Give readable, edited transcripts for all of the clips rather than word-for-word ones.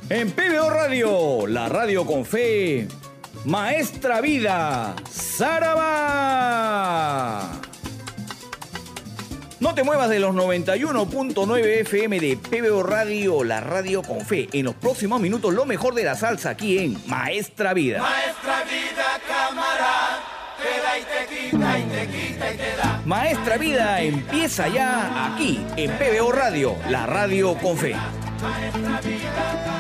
En PBO Radio, la radio con fe, Maestra Vida, Sarabá. No te muevas de los 91.9 FM de PBO Radio, la radio con fe. En los próximos minutos, lo mejor de la salsa aquí en Maestra Vida. Maestra Vida, cámara, te da y te quita y te quita y te da. Maestra Vida empieza ya aquí en PBO Radio, la radio con fe. Maestra Vida,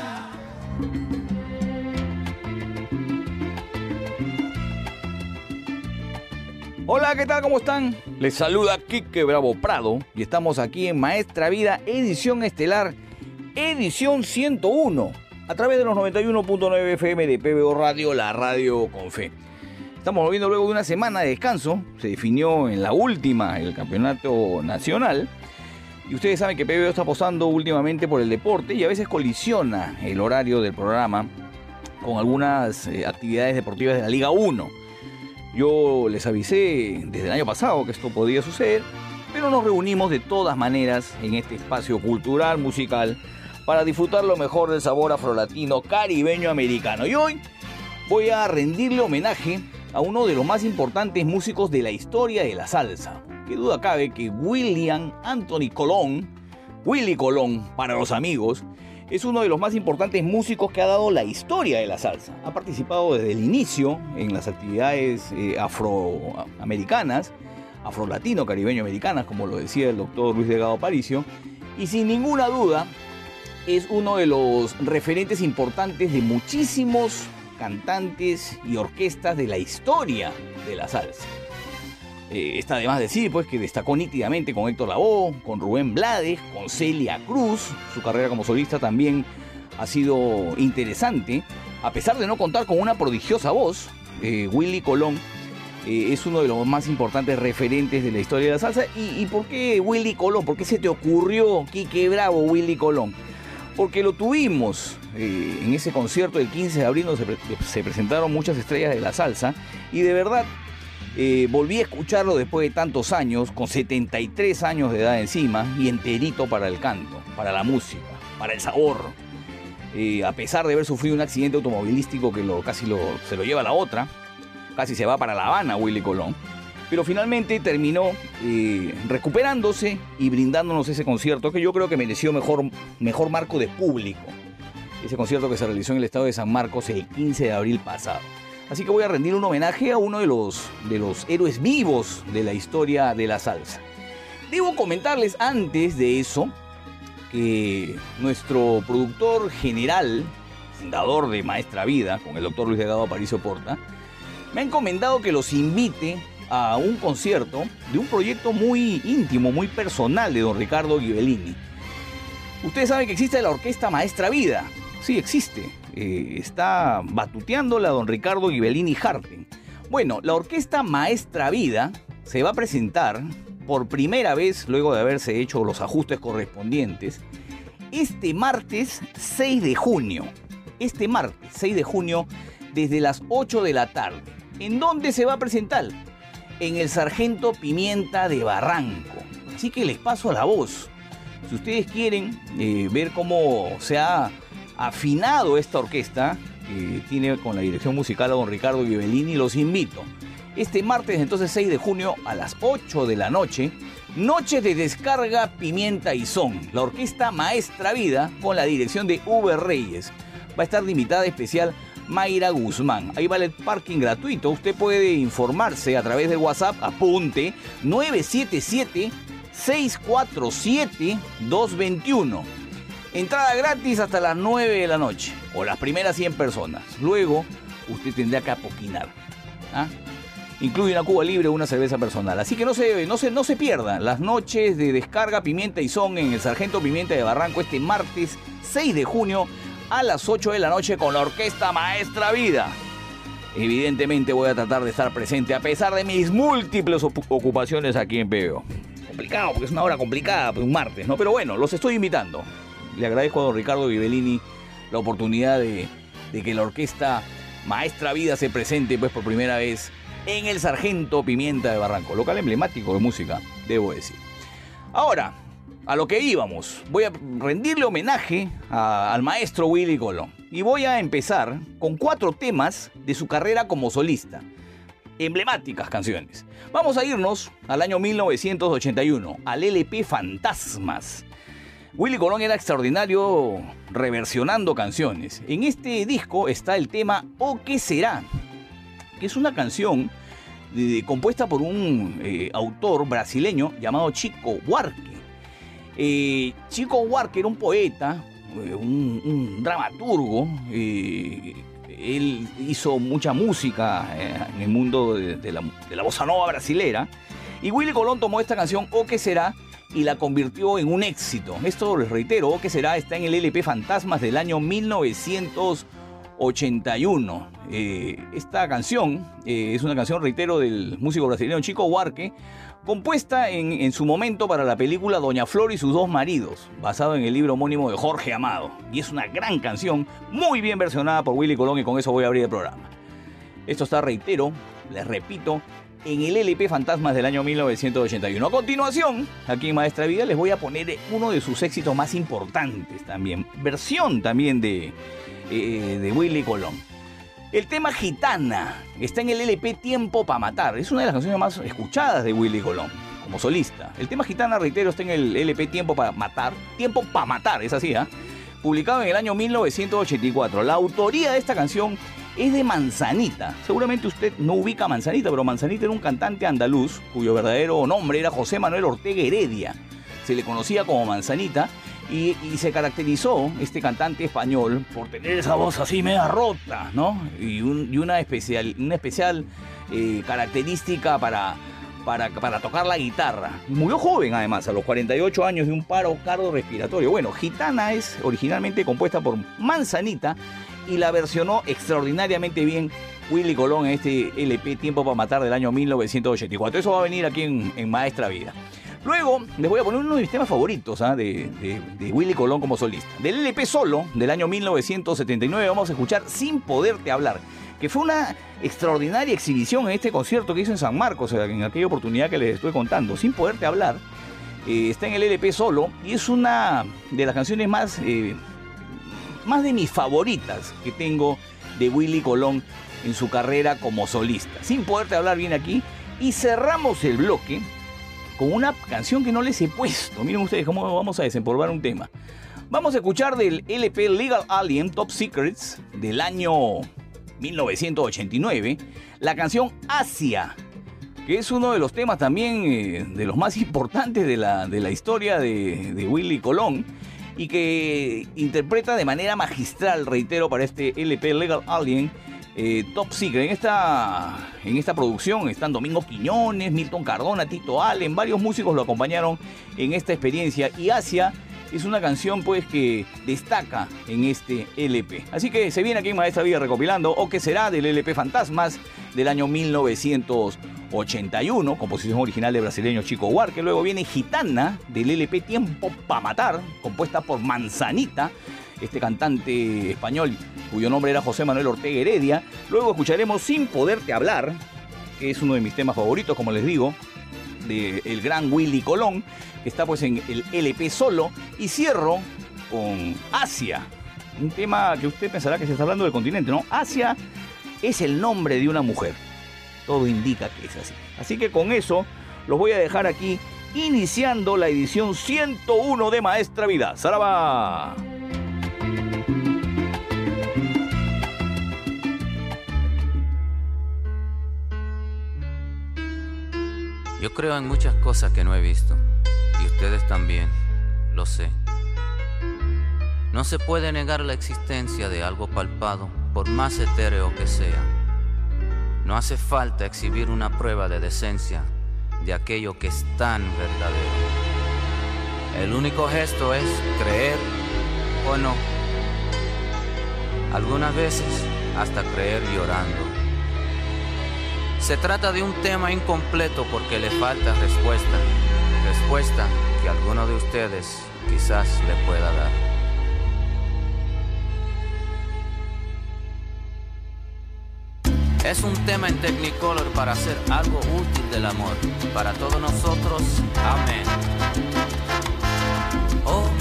Hola, ¿qué tal? ¿Cómo están? Les saluda Quique Bravo Prado y estamos aquí en Maestra Vida, edición estelar, edición 101, a través de los 91.9 FM de PBO Radio, la radio con fe. Estamos volviendo luego de una semana de descanso, se definió en la última el campeonato nacional y ustedes saben que PBO está apostando últimamente por el deporte y a veces colisiona el horario del programa con algunas actividades deportivas de la Liga 1. Yo les avisé desde el año pasado que esto podía suceder, pero nos reunimos de todas maneras en este espacio cultural, musical, para disfrutar lo mejor del sabor afrolatino, caribeño, americano. Y hoy voy a rendirle homenaje a uno de los más importantes músicos de la historia de la salsa. Qué duda cabe que William Anthony Colón, Willy Colón para los amigos, es uno de los más importantes músicos que ha dado la historia de la salsa. Ha participado desde el inicio en las actividades afroamericanas, afrolatino, caribeño americanas, como lo decía el doctor Luis Delgado Aparicio, y sin ninguna duda es uno de los referentes importantes de muchísimos cantantes y orquestas de la historia de la salsa. Está de más decir pues que destacó nítidamente con Héctor Lavoe, con Rubén Blades, con Celia Cruz. Su carrera como solista también ha sido interesante. A pesar de no contar con una prodigiosa voz, Willy Colón es uno de los más importantes referentes de la historia de la salsa. ¿Y por qué Willy Colón? ¿Por qué se te ocurrió, Quique Bravo, Willy Colón? Porque lo tuvimos en ese concierto del 15 de abril donde se presentaron muchas estrellas de la salsa y de verdad volví a escucharlo después de tantos años, con 73 años de edad encima y enterito para el canto, para la música, para el sabor. A pesar de haber sufrido un accidente automovilístico que se lo lleva a la otra, casi se va para La Habana Willy Colón, pero finalmente terminó recuperándose y brindándonos ese concierto que yo creo que mereció mejor marco de público. Ese concierto que se realizó en el estado de San Marcos el 15 de abril pasado. Así que voy a rendir un homenaje a uno de los héroes vivos de la historia de la salsa. Debo comentarles antes de eso que nuestro productor general, fundador de Maestra Vida, con el doctor Luis Delgado Aparicio Porta, me ha encomendado que los invite a un concierto de un proyecto muy íntimo, muy personal de don Ricardo Ghibellini. Ustedes saben que existe la orquesta Maestra Vida. Sí, existe. Está batuteándola don Ricardo Ghibellini Harten. Bueno, la orquesta Maestra Vida se va a presentar por primera vez, luego de haberse hecho los ajustes correspondientes, este martes 6 de junio. Este martes 6 de junio, desde las 8 de la tarde. ¿En dónde se va a presentar? En el Sargento Pimienta de Barranco. Así que les paso la voz. Si ustedes quieren ver cómo se ha afinado esta orquesta, tiene con la dirección musical a don Ricardo Ghibellini, los invito. Este martes, entonces 6 de junio, a las 8 de la noche, noche de descarga, pimienta y son. La orquesta Maestra Vida, con la dirección de Uber Reyes. Va a estar de invitada especial Mayra Guzmán. Ahí vale el parking gratuito. Usted puede informarse a través de WhatsApp, apunte, 977-647-221. Entrada gratis hasta las 9 de la noche, o las primeras 100 personas. Luego, usted tendrá que apoquinar. Incluye una cuba libre o una cerveza personal. Así que no se pierdan las noches de descarga, pimienta y son en el Sargento Pimienta de Barranco este martes 6 de junio a las 8 de la noche con la orquesta Maestra Vida. Evidentemente voy a tratar de estar presente a pesar de mis múltiples ocupaciones aquí en PBO. Complicado, porque es una hora complicada, pues un martes, ¿no? Pero bueno, los estoy invitando. Le agradezco a don Ricardo Ghibellini la oportunidad de que la orquesta Maestra Vida se presente pues por primera vez en el Sargento Pimienta de Barranco, local emblemático de música, debo decir. Ahora, a lo que íbamos. Voy a rendirle homenaje al maestro Willy Colón. Y voy a empezar con 4 temas de su carrera como solista. Emblemáticas canciones. Vamos a irnos al año 1981, al LP Fantasmas. Willy Colón era extraordinario reversionando canciones. En este disco está el tema ¿O qué será?, que es una canción compuesta por un autor brasileño llamado Chico Buarque. Chico Buarque era un poeta, un dramaturgo. Él hizo mucha música en el mundo de la bossa nova brasilera. Y Willy Colón tomó esta canción ¿O qué será?, y la convirtió en un éxito. Esto, les reitero, ¿O qué será?, está en el LP Fantasmas del año 1981. Esta canción es una canción, reitero, del músico brasileño Chico Buarque, compuesta en su momento para la película Doña Flor y sus 2 maridos, basado en el libro homónimo de Jorge Amado. Y es una gran canción, muy bien versionada por Willy Colón, y con eso voy a abrir el programa. Esto está, reitero, les repito, en el LP Fantasmas del año 1981. A continuación, aquí en Maestra Vida, les voy a poner uno de sus éxitos más importantes también. Versión también de Willy Colón. El tema Gitana está en el LP Tiempo pa' Matar. Es una de las canciones más escuchadas de Willy Colón como solista. El tema Gitana, reitero, está en el LP Tiempo pa' Matar. Tiempo pa' Matar, es así, ¿eh? Publicado en el año 1984. La autoría de esta canción es de Manzanita. Seguramente usted no ubica a Manzanita, pero Manzanita era un cantante andaluz cuyo verdadero nombre era José Manuel Ortega Heredia. Se le conocía como Manzanita y se caracterizó, este cantante español, por tener esa voz así media rota, ¿no? Y una especial característica para tocar la guitarra. Murió joven, además, a los 48 años, de un paro cardiorrespiratorio. Bueno, Gitana es originalmente compuesta por Manzanita y la versionó extraordinariamente bien Willy Colón en este LP Tiempo pa' Matar del año 1984. Eso va a venir aquí en Maestra Vida. Luego les voy a poner uno de mis temas favoritos de Willy Colón como solista. Del LP Solo del año 1979 vamos a escuchar Sin Poderte Hablar, que fue una extraordinaria exhibición en este concierto que hizo en San Marcos, en aquella oportunidad que les estoy contando. Sin Poderte Hablar está en el LP Solo y es una de las canciones más de mis favoritas que tengo de Willy Colón en su carrera como solista. Sin Poderte Hablar viene aquí, y cerramos el bloque con una canción que no les he puesto. Miren ustedes cómo vamos a desempolvar un tema. Vamos a escuchar del LP Legal Alien Top Secrets del año 1989 la canción Asia, que es uno de los temas también de los más importantes de la historia de Willy Colón, y que interpreta de manera magistral, reitero, para este LP Legal Alien Top Secret. En esta producción están Domingo Quiñones, Milton Cardona, Tito Allen, varios músicos lo acompañaron en esta experiencia, y Asia es una canción pues que destaca en este LP. Así que se viene aquí en Maestra Vida recopilando ¿O qué será?, del LP Fantasmas del año 1981, composición original de brasileño Chico Buarque. Luego viene Gitana del LP Tiempo pa' Matar, compuesta por Manzanita, este cantante español cuyo nombre era José Manuel Ortega Heredia. Luego escucharemos Sin Poderte Hablar, que es uno de mis temas favoritos, como les digo, del gran Willy Colón, que está pues en el LP Solo. Y cierro con Asia, un tema que usted pensará que se está hablando del continente, ¿no? Asia es el nombre de una mujer, todo indica que es así. Así que con eso los voy a dejar aquí, iniciando la edición 101 de Maestra Vida. ¡Saraba! Yo creo en muchas cosas que no he visto, y ustedes también, lo sé. No se puede negar la existencia de algo palpado, por más etéreo que sea. No hace falta exhibir una prueba de decencia de aquello que es tan verdadero. El único gesto es creer o no. Algunas veces hasta creer llorando. Se trata de un tema incompleto porque le falta respuesta. Respuesta que alguno de ustedes quizás le pueda dar. Es un tema en Technicolor para hacer algo útil del amor. Para todos nosotros, amén.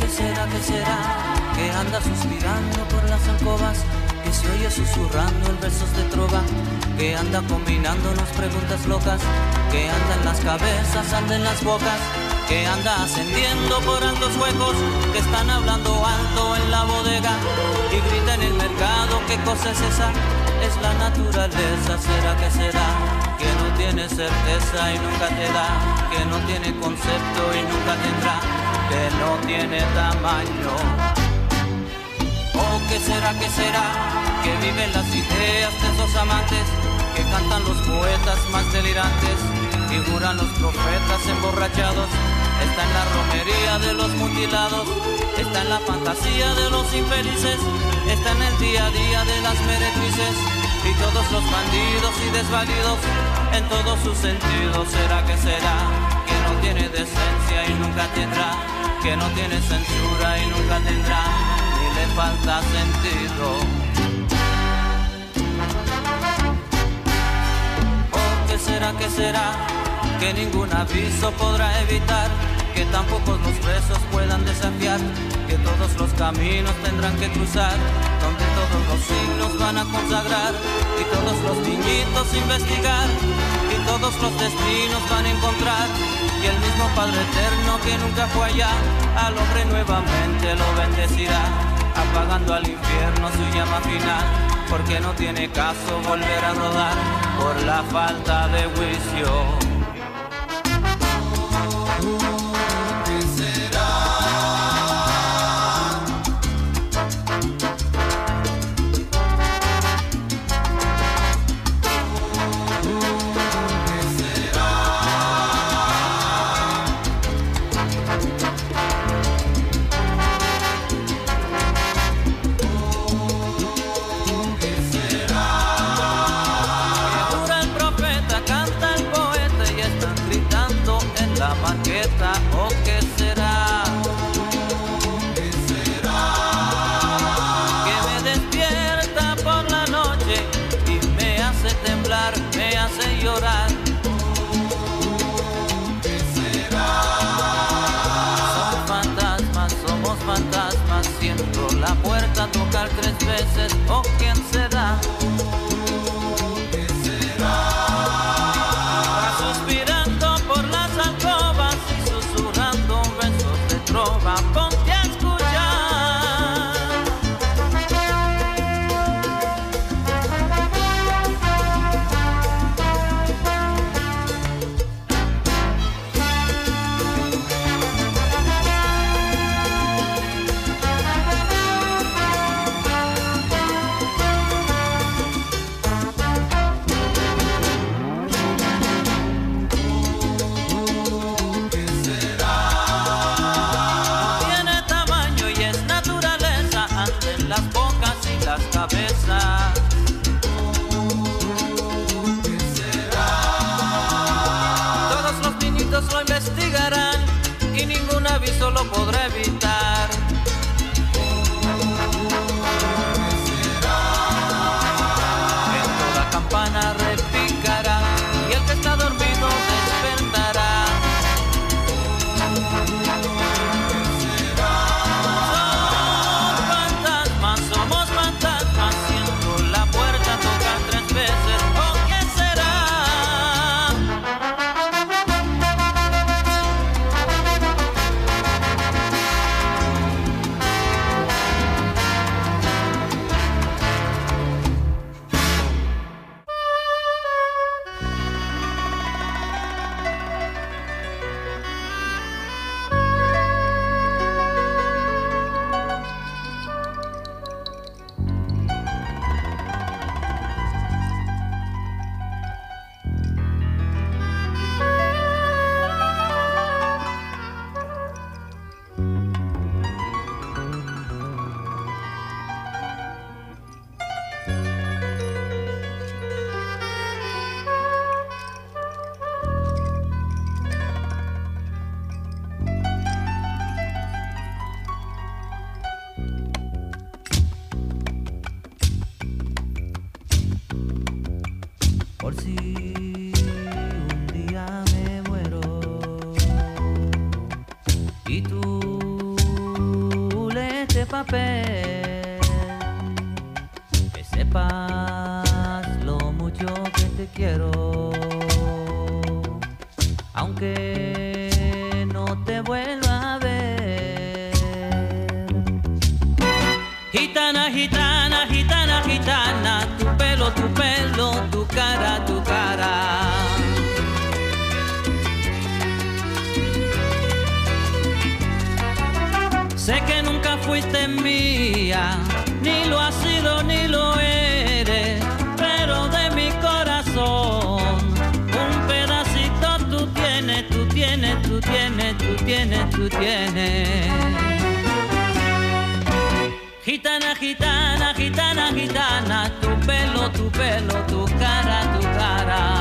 qué será? Que anda suspirando por las alcobas, que se oye susurrando en versos de trova, que anda combinándonos preguntas locas, que anda en las cabezas, anda en las bocas, que anda ascendiendo por altos huecos, que están hablando alto en la bodega y grita en el mercado. ¿Qué cosa es esa? Es la naturaleza. ¿Será que será? Que no tiene certeza y nunca te da, que no tiene concepto y nunca tendrá, que no tiene tamaño. ¿O qué será? Que viven las ideas de esos amantes, que cantan los poetas más delirantes y juran los profetas emborrachados. Está en la romería de los mutilados, está en la fantasía de los infelices, está en el día a día de las meretrices y todos los bandidos y desvalidos en todos sus sentidos. ¿Será? Que no tiene decencia y nunca tendrá, que no tiene censura y nunca tendrá, ni le falta sentido. ¿O qué será? Que ningún aviso podrá evitar, que tampoco los presos puedan desafiar, que todos los caminos tendrán que cruzar, donde todos los signos van a consagrar, y todos los niñitos investigar, y todos los destinos van a encontrar, y el mismo Padre Eterno que nunca fue allá, al hombre nuevamente lo bendecirá, apagando al infierno su llama final, porque no tiene caso volver a rodar por la falta de juicio. ¿O qué será? Que me despierta por la noche y me hace temblar, me hace llorar. ¿Qué será? Somos fantasmas, siento la puerta tocar 3 veces. ¿O quién será? Ponte a escuchar. Cabeza. ¿Qué será? Todos los niñitos lo investigarán y ningún aviso lo podrá evitar. ¿Qué será? En toda campana repicará y el que está dormido despertará. papel, que sepas lo mucho que te quiero, aunque no te vuelva a ver. Gitana, gitana, gitana, gitana, tu pelo, tu cara, tu cara. Sé que nunca fuiste mía, ni lo has sido ni lo eres, pero de mi corazón un pedacito tú tienes, tú tienes, tú tienes, tú tienes, tú tienes. Gitana, gitana, gitana, gitana, tu pelo, tu cara, tu cara.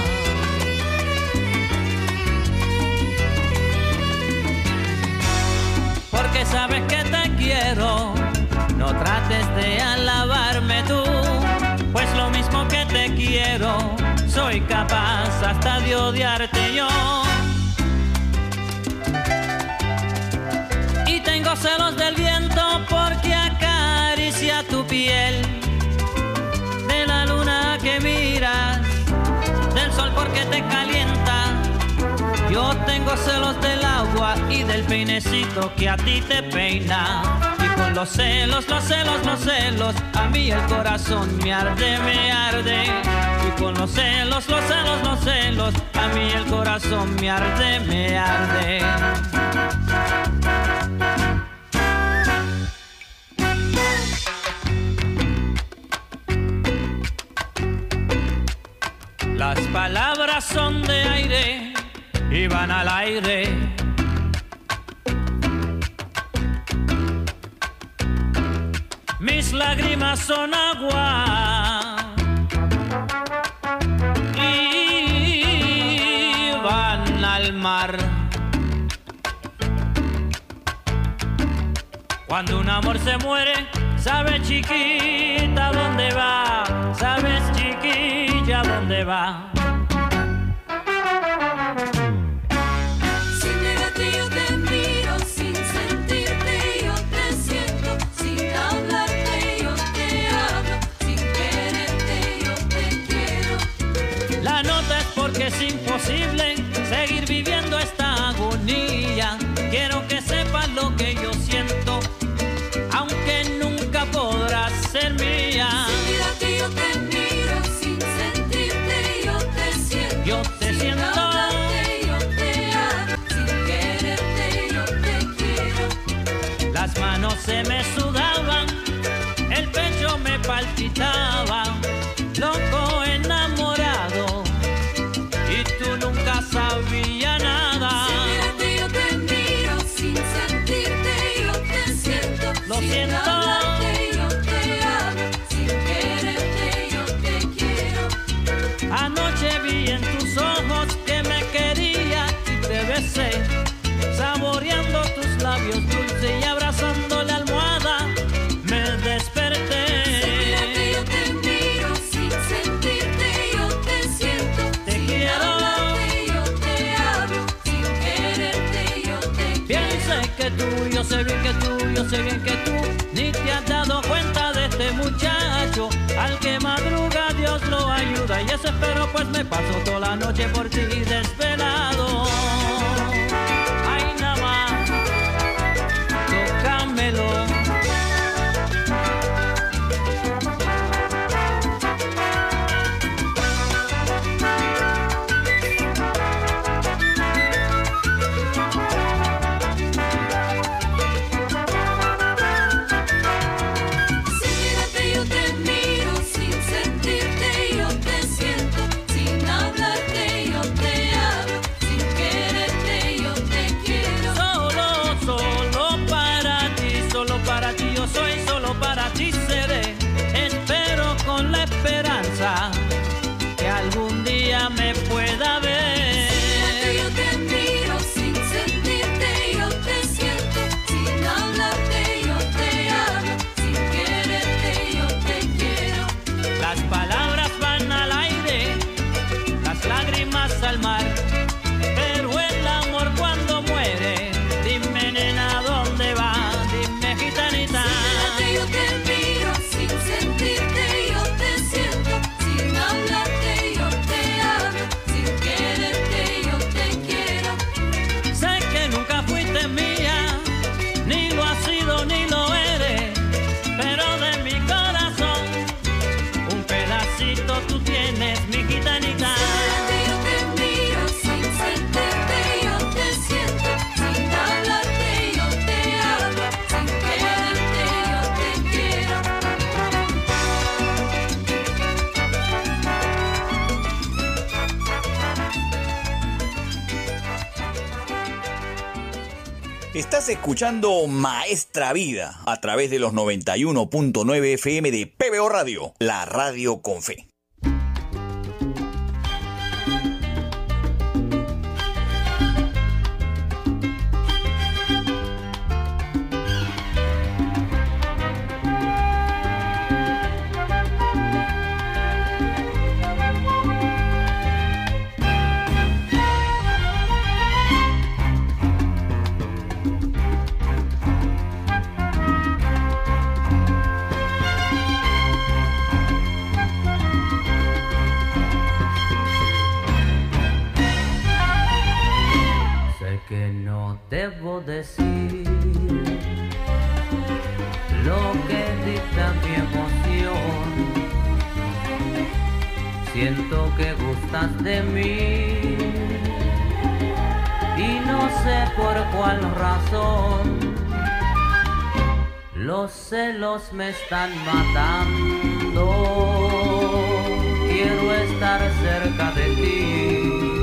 Porque sabes que te quiero, no trates de alabarme tú, pues lo mismo que te quiero, soy capaz hasta de odiarte yo. Y tengo celos del viento porque acaricia tu piel, de la luna que miras, del sol porque te calienta. Yo tengo celos del agua y del peinecito que a ti te peina. Y con los celos, los celos, los celos, a mí el corazón me arde, me arde. Y con los celos, los celos, los celos, a mí el corazón me arde, me arde. Las palabras son de aire y van al aire. Mis lágrimas son agua y van al mar. Cuando un amor se muere, sabes chiquita dónde va, sabes chiquilla dónde va. Es imposible seguir viviendo esta agonía. Quiero que sepas lo que yo siento, aunque nunca podrás ser mía. Sin mirarte yo te miro, sin sentirte yo te siento. Yo te siento. Sin hablarte yo te amo, sin quererte yo te quiero. Las manos se me sudaban, el pecho me palpitaba, loco enamorado. Y tú nunca sabías nada. Sin mirarte yo te miro, sin sentirte yo te siento. Lo sin siento. Hablarte yo te amo, sin quererte yo te quiero. Anoche vi en tus ojos que me quería y te besé, saboreando tus labios dulces y abrazando la almohada me desperté. Sin mirarte yo te miro, sin sentirte yo te siento. Te quiero. Que tú, yo sé bien que tú, yo sé bien que tú ni te has dado cuenta de este muchacho. Al que madruga Dios lo ayuda y eso espero, pues me paso toda la noche por ti desvelado. Ay, nada más, tócamelo. Yo te Estás escuchando Maestra Vida a través de los 91.9 FM de PBO Radio, la radio con fe. Debo decir lo que dicta mi emoción. Siento que gustas de mí y no sé por cuál razón. Los celos me están matando. Quiero estar cerca de ti.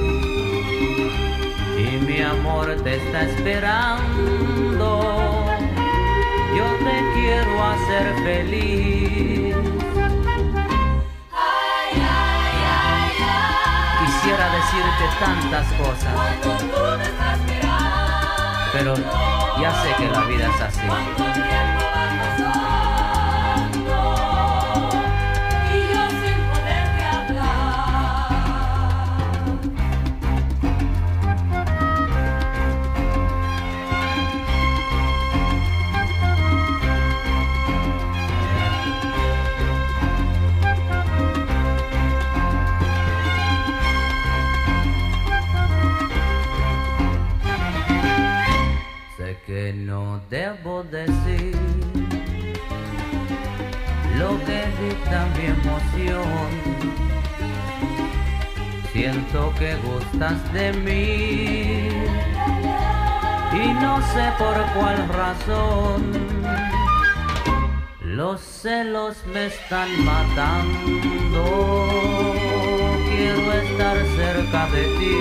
Mi amor te está esperando, yo te quiero hacer feliz. Ay, ay, ay, ay. Quisiera decirte tantas cosas, Cuando tú me estás mirando, pero ya sé que la vida es así. cuando el tiempo va pasando y yo sin poderte hablar. Que no debo decir lo que dicta mi emoción. Siento que gustas de mí y no sé por cuál razón. Los celos me están matando. Quiero estar cerca de ti.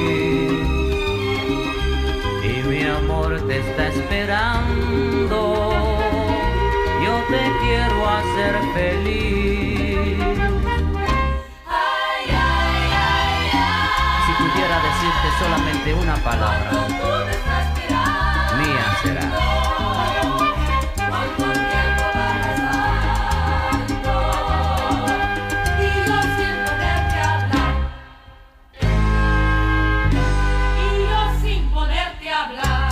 Y mi amor te está esperando, yo te quiero hacer feliz. Ay, ay, ay, ay. Si pudiera decirte solamente una palabra, Cuando tú me estás mirando, mía será. cuando el tiempo va pasando y yo sin poderte hablar. Y yo sin poderte hablar.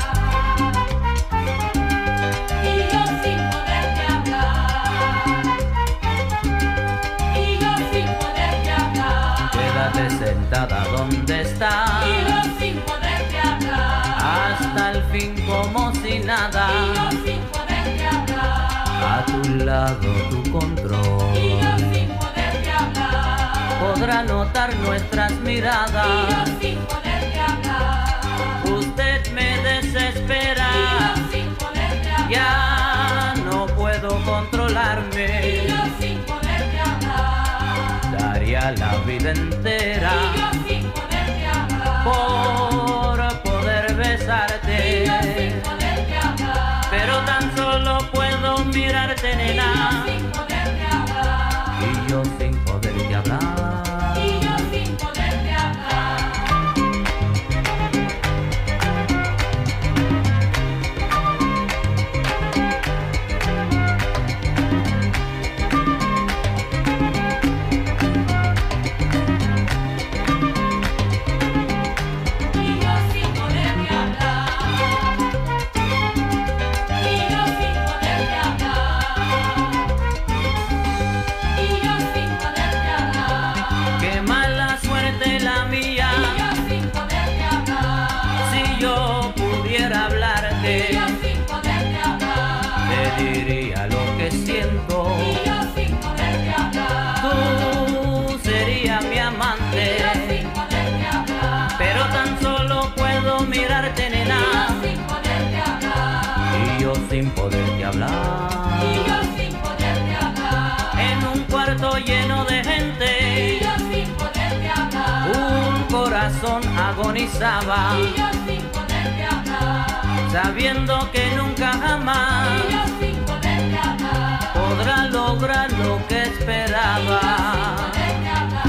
Y yo sin poderte hablar. Y yo sin poderte hablar. Quédate sentada donde estás, Y yo sin poderte hablar. hasta el fin como si nada. Y yo sin poderte hablar. A tu lado tu control Y yo sin poderte hablar. podrá notar nuestras Y miradas. yo sin poderte hablar. Usted me desespera, Y yo sin poderte hablar. ya no puedo controlarme. Y yo sin poderte hablar. Daría la vida entera Y yo sin poderte hablar. por poder besarte, Y yo sin poderte hablar. pero tan solo puedo mirarte, Y nena, yo sin poderte hablar. y yo sin poderte hablar. Y yo sin poderte hablar. Y yo sin poderte hablar. Y yo sin poderte hablar. Y yo sin poderte hablar. Qué mala suerte la mía, Y yo sin poderte hablar. si yo pudiera Y hablarte, yo sin poderte hablar. te diría lo que siento. Y yo sin poderte hablar. Tú serías mi Y amante, yo sin poderte hablar. pero tan solo puedo mirarte, Y nena, yo sin poderte hablar. y yo sin poderte hablar. Y yo sin poderte hablar. En un cuarto lleno de Y gente, yo sin poderte hablar. un corazón agonizaba. Y yo sin poderte hablar. sabiendo que nunca jamás y yo sin poderte amar, podrá lograr lo que esperaba. poderte amar.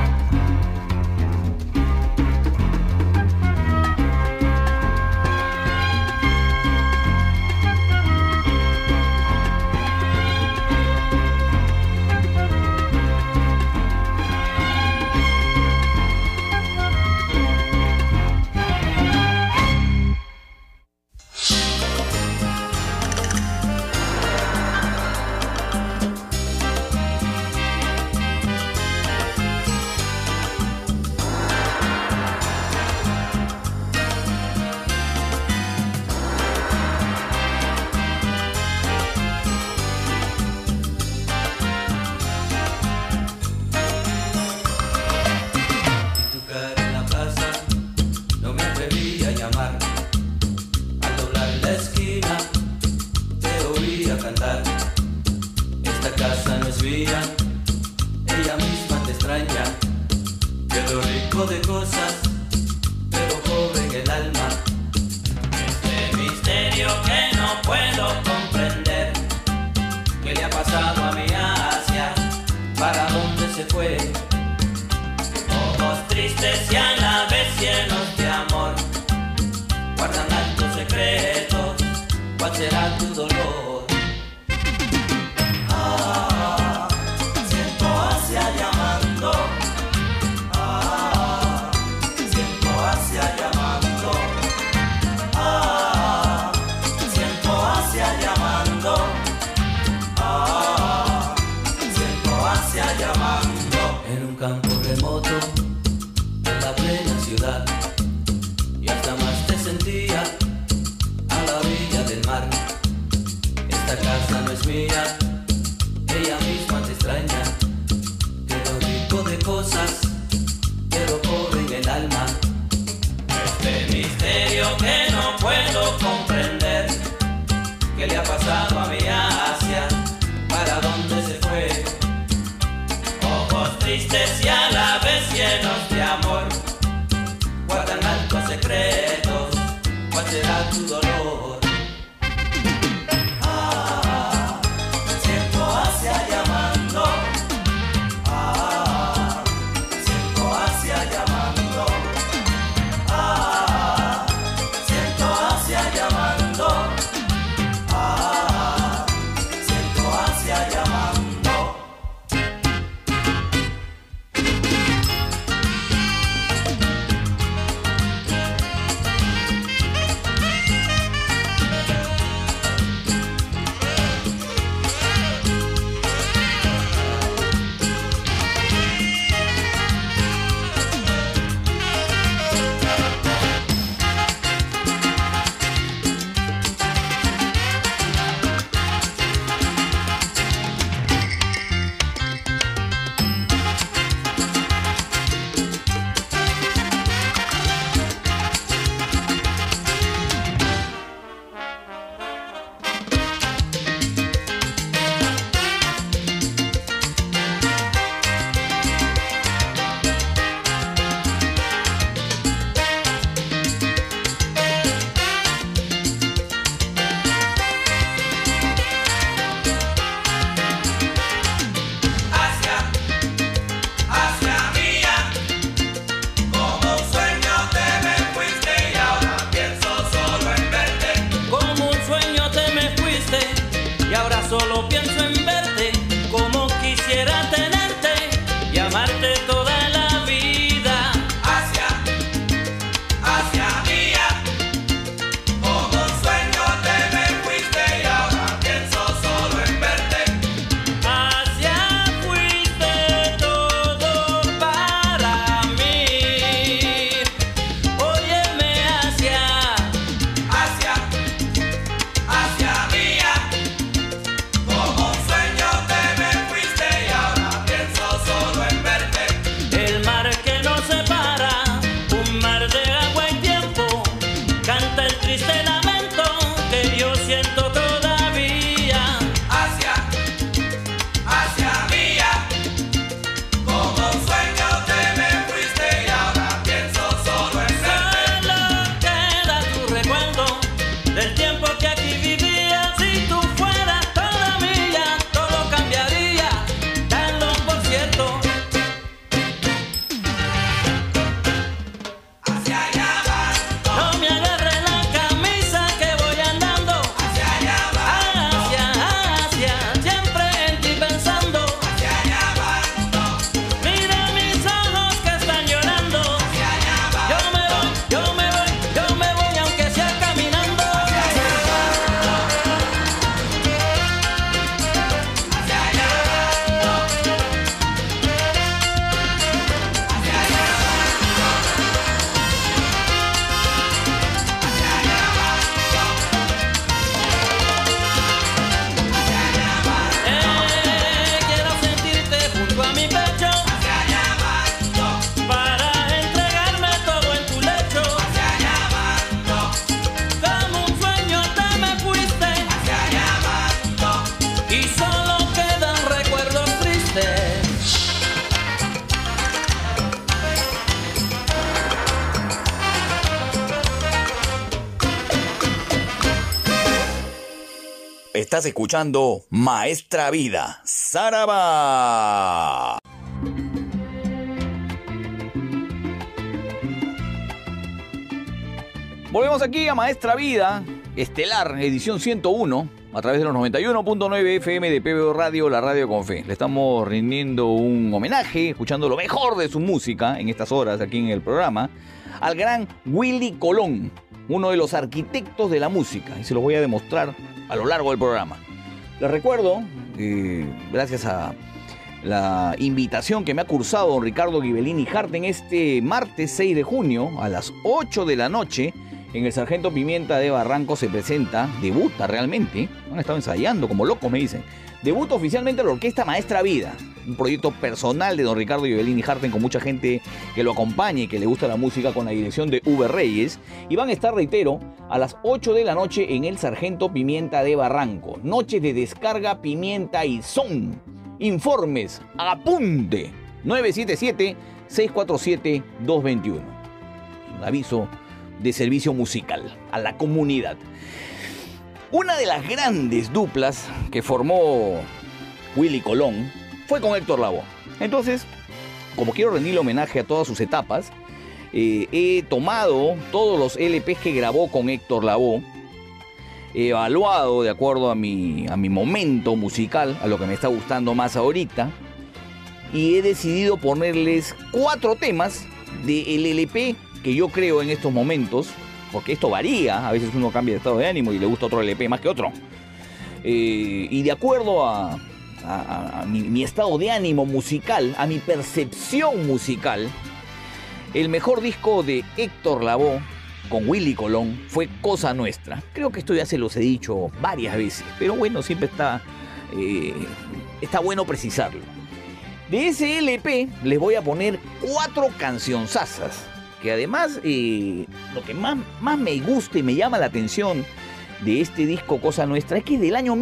Tu cara en la plaza, no me atreví a llamar. Al doblar la esquina, te oía cantar. Esta casa no es mía, ella misma te extraña. Quedó rico de cosas, pero pobre en el alma. Este misterio que no puedo comprender. ¿Qué le ha pasado a mi Asia? ¿Para dónde se fue? Ojos tristes y a la vez llenos de amor, guardan altos secretos. ¿Cuál será tu dolor? Siento Asia llamando. Siento Asia llamando. Siento Asia llamando. Siento Asia llamando. En un campo remoto, en la plena ciudad, y hasta más te sentía a la orilla del mar. Esta casa no es mía, ella misma te extraña. Quedó rico de cosas, pero pobre en el alma. Este misterio que no puedo comprender. ¿Qué le ha pasado a mi Asia? ¿Para dónde se fue? Ojos tristes y a la vez llenos de amor, guardan altos secretos. ¿Cuál será tu dolor? Siento Asia llamando. Siento Asia llamando. Siento Asia llamando. Siento Asia llamando. Estás escuchando Maestra Vida, Saraba. Volvemos aquí a Maestra Vida, Estelar, edición 101, a través de los 91.9 FM de PBO Radio, la radio con fe. Le estamos rindiendo un homenaje, escuchando lo mejor de su música en estas horas aquí en el programa, al gran Willy Colón, uno de los arquitectos de la música, y se los voy a demostrar a lo largo del programa. Les recuerdo, gracias a la invitación que me ha cursado don Ricardo Ghibellini Harten este martes 6 de junio a las 8 de la noche en el Sargento Pimienta de Barranco se presenta, debuta realmente, han estado ensayando como locos me dicen, debuta oficialmente la Orquesta Maestra Vida, un proyecto personal de don Ricardo Ghibellini Harten con mucha gente que lo acompaña y que le gusta la música, con la dirección de V. Reyes, y van a estar, reitero, a las 8 de la noche en el Sargento Pimienta de Barranco. Noche de descarga, pimienta y son. Informes, apunte, 977-647-221. Un aviso de servicio musical a la comunidad. Una de las grandes duplas que formó Willy Colón fue con Héctor Lavoe. Entonces, como quiero rendirle homenaje a todas sus etapas, he tomado todos los LPs que grabó con Héctor Lavoe, he evaluado de acuerdo a mi momento musical, a lo que me está gustando más ahorita, y he decidido ponerles 4 temas del LP que yo creo en estos momentos, porque esto varía, a veces uno cambia de estado de ánimo y le gusta otro LP más que otro, y de acuerdo a mi estado de ánimo musical, a mi percepción musical, el mejor disco de Héctor Lavoe con Willy Colón fue Cosa Nuestra. Creo que esto ya se los he dicho varias veces, pero bueno, siempre está bueno precisarlo. De ese LP les voy a poner 4 cancionzasas, que además lo que más me gusta y me llama la atención de este disco Cosa Nuestra es que es del año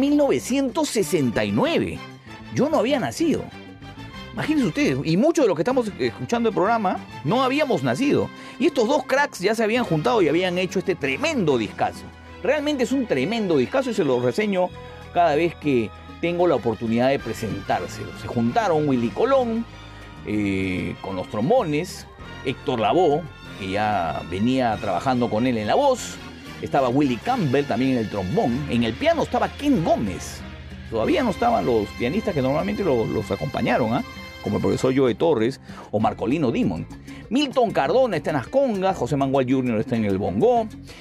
1969. Yo no había nacido. Imagínense ustedes, y muchos de los que estamos escuchando el programa no habíamos nacido. Y estos dos cracks ya se habían juntado y habían hecho este tremendo discazo. Realmente es un tremendo discazo y se lo reseño cada vez que tengo la oportunidad de presentárselo. Se juntaron Willy Colón con los trombones, Héctor Lavoe, que ya venía trabajando con él en la voz, estaba Willy Campbell también en el trombón, en el piano estaba Ken Gómez. Todavía no estaban los pianistas que normalmente los acompañaron, como el profesor Joe Torres o Marcolino Dimond. Milton Cardona está en las congas, José Manuel Jr. está en el bongó,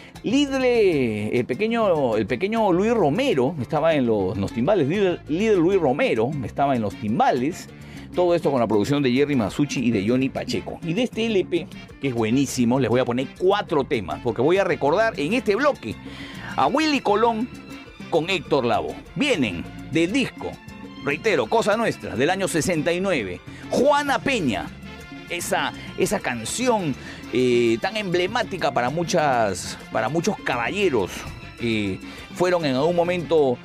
Lidle, el pequeño Luis Romero estaba en los timbales, Lidle Luis Romero estaba en los timbales. Todo esto con la producción de Jerry Masucci y de Johnny Pacheco. Y de este LP, que es buenísimo, les voy a poner 4 temas, porque voy a recordar en este bloque a Willy Colón con Héctor Lavoe. Vienen del disco, reitero, Cosa Nuestra, del año 69. Juana Peña, esa canción tan emblemática para muchos caballeros que fueron en algún momento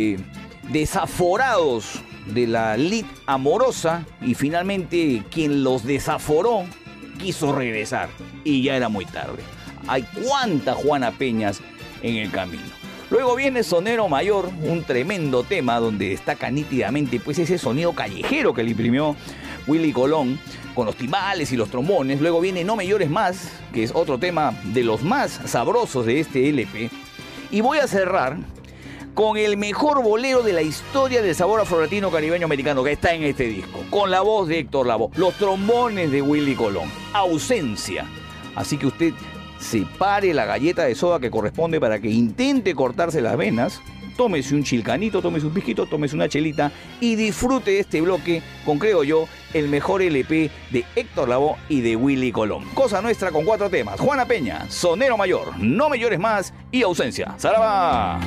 desaforados de la lid amorosa, y finalmente quien los desaforó quiso regresar y ya era muy tarde. Hay cuantas Juana Peñas en el camino. Luego viene Sonero Mayor, un tremendo tema donde destaca nítidamente pues ese sonido callejero que le imprimió Willy Colón con los timbales y los trombones. Luego viene No Me Llores Más, que es otro tema de los más sabrosos de este LP. Y voy a cerrar con el mejor bolero de la historia del sabor afro-latino caribeño americano que está en este disco, con la voz de Héctor Lavoe, los trombones de Willy Colón, Ausencia. Así que usted separe la galleta de soda que corresponde para que intente cortarse las venas, tómese un chilcanito, tómese un pisquito, tómese una chelita y disfrute de este bloque con, creo yo, el mejor LP de Héctor Lavoe y de Willy Colón. Cosa Nuestra con 4 temas: Juana Peña, Sonero Mayor, No Me Llores Más y Ausencia. ¡Saraba!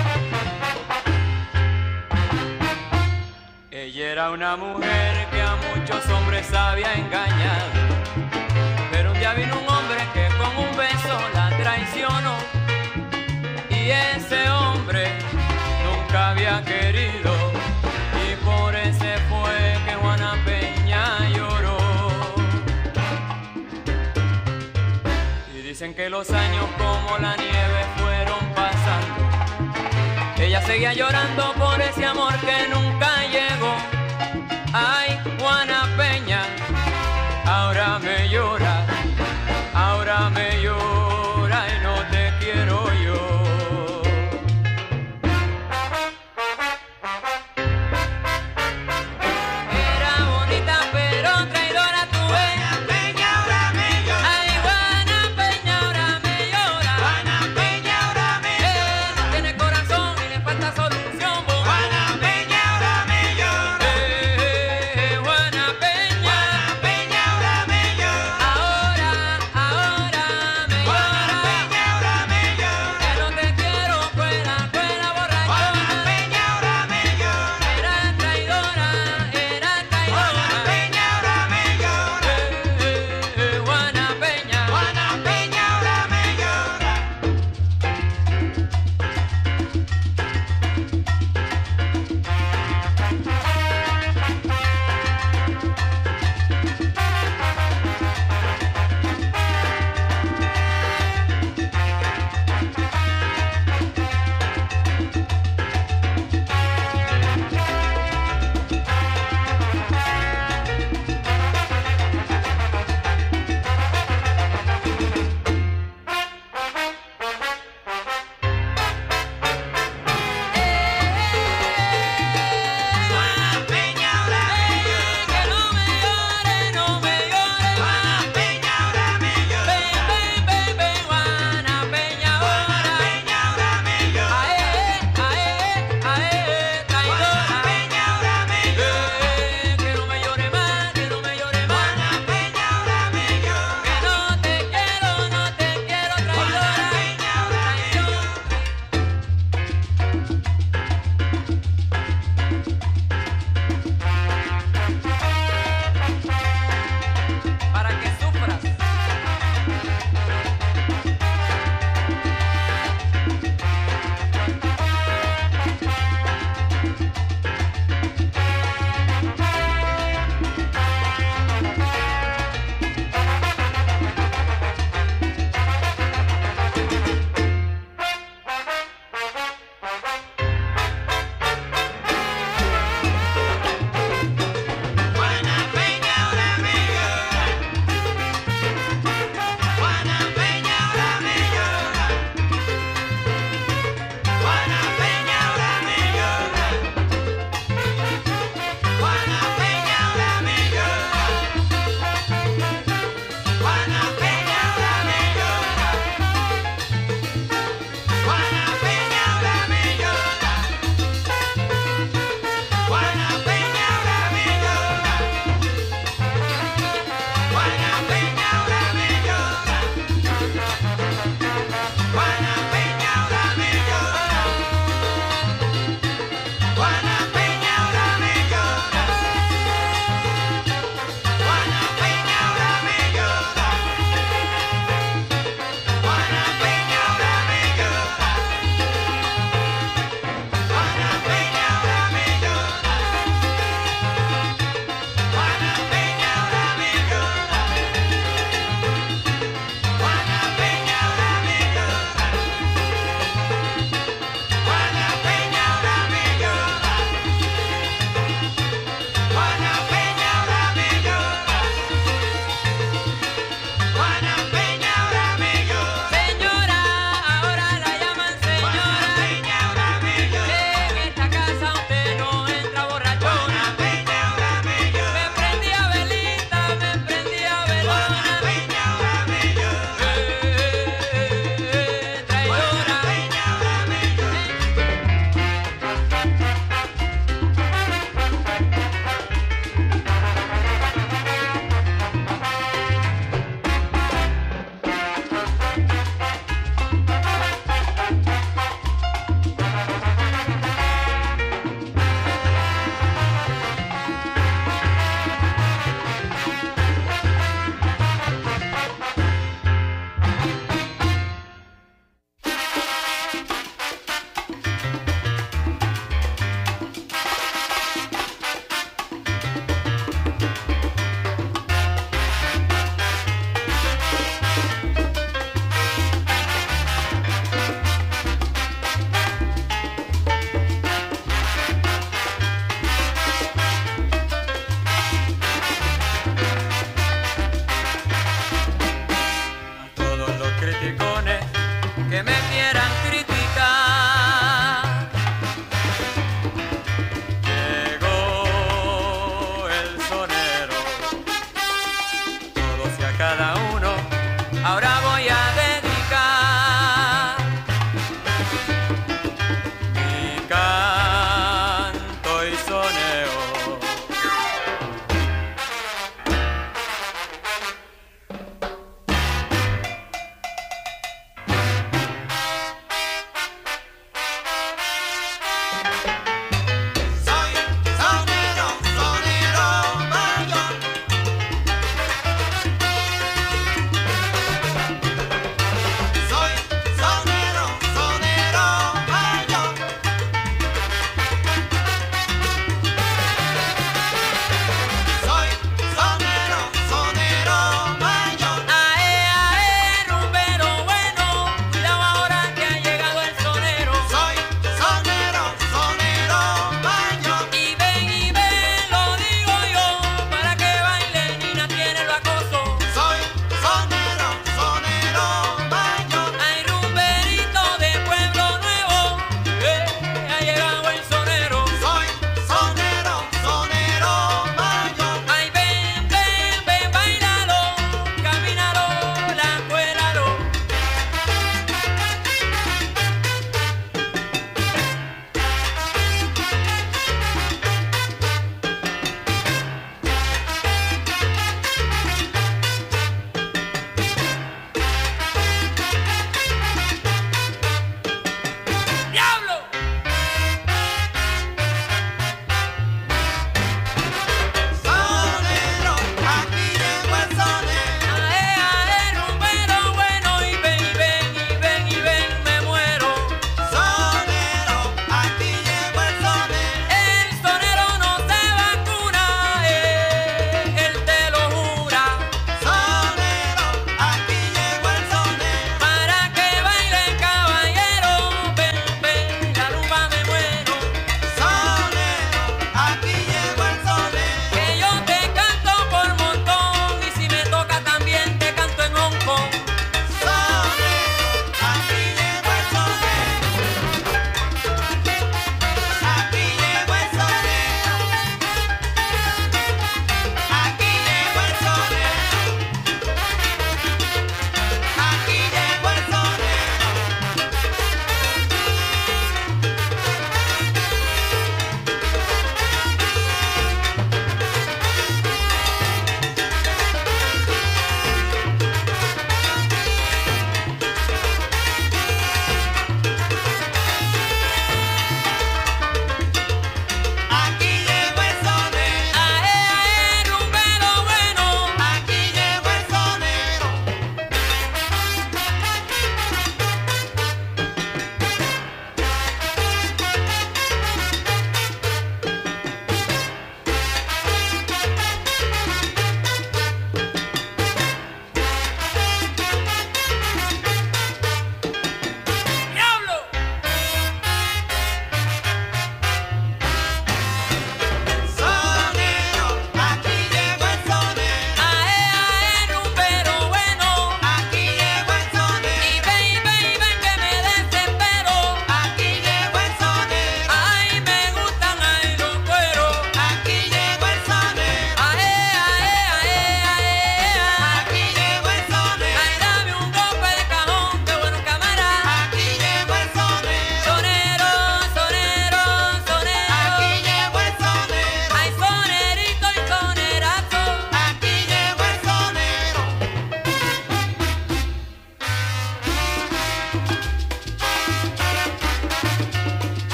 Era una mujer que amó muchos hombres había engañado, pero un día vino un hombre que con un beso la traicionó, y ese hombre nunca había querido, y por ese fue que Juana Peña lloró. Y dicen que los años como la nieve fueron pasando, ella seguía llorando por ese amor que nunca llegó. Ay, Juana Peña, ahora me llora y no te quiero yo. Era bonita pero traidora tu Juana Peña, ahora me llora. Ay, Juana Peña, ahora me llora. Juana Peña, ahora me llora. No tiene corazón y le falta solución. Juana Peña, ahora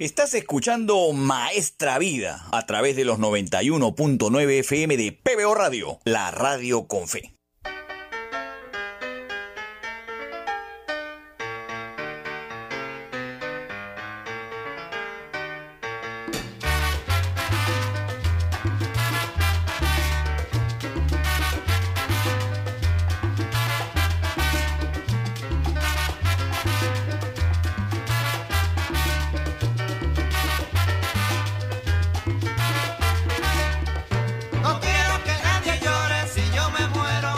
Estás escuchando Maestra Vida a través de los 91.9 FM de PBO Radio, la radio con fe. No quiero que nadie llore si yo me muero.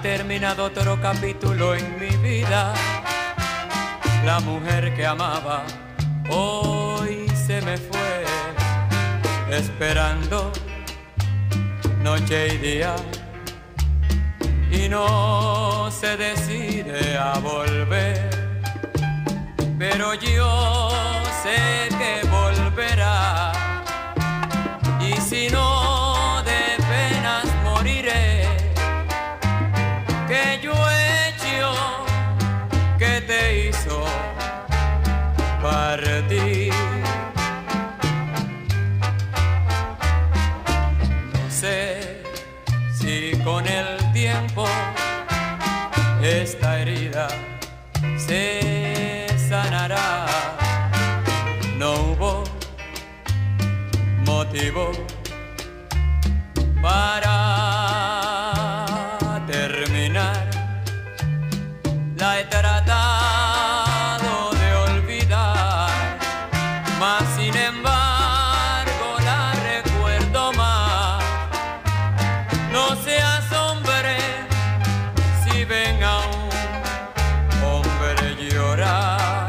terminado otro capítulo en mi vida. La mujer que amaba hoy se me fue, esperando noche y día, y no se decide a volver. Pero yo sé que volverá, y si no de penas moriré, que yo he hecho que te hizo partir. No sé si con el tiempo esta herida se sanará. No hubo motivo para terminar. La he tratado de olvidar, mas sin embargo la recuerdo más. No se asombre si ven a un hombre llorar.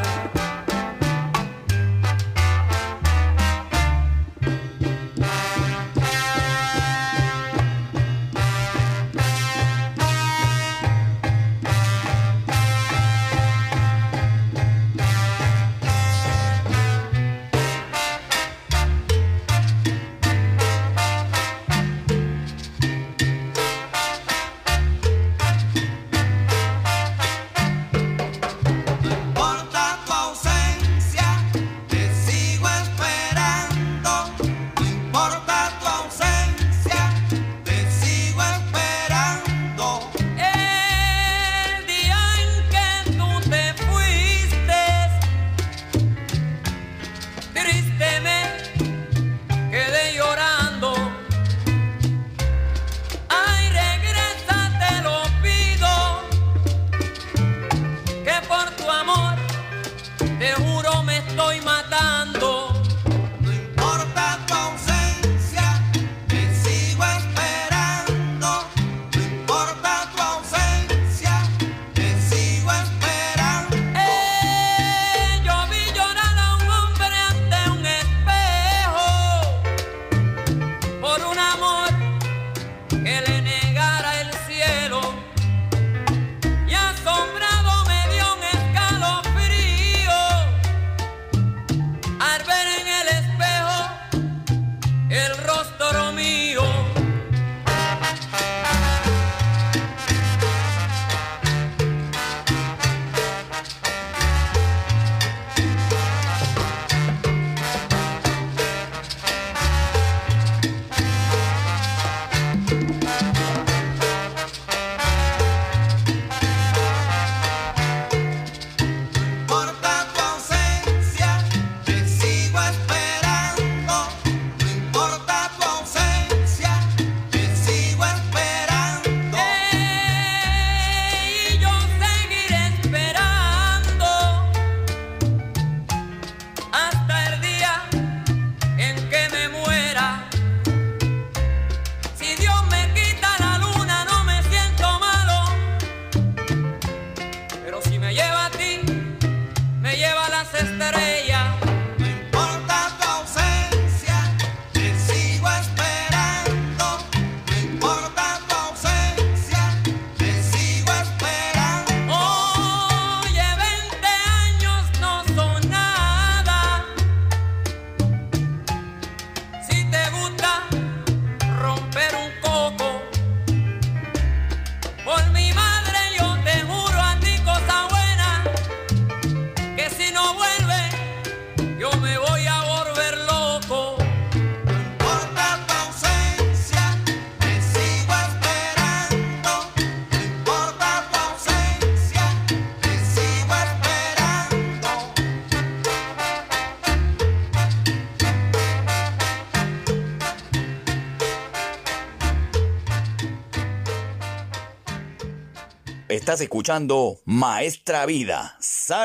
Estás escuchando Maestra Vida,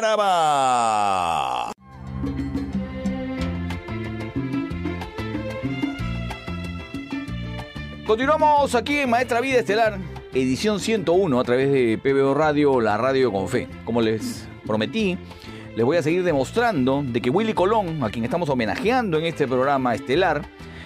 Saraba. Continuamos aquí en Maestra Vida Estelar, edición 101 a través de PBO Radio, la radio con fe. Como les prometí, les voy a seguir demostrando de que Willy Colón, a quien estamos homenajeando en este programa estelar,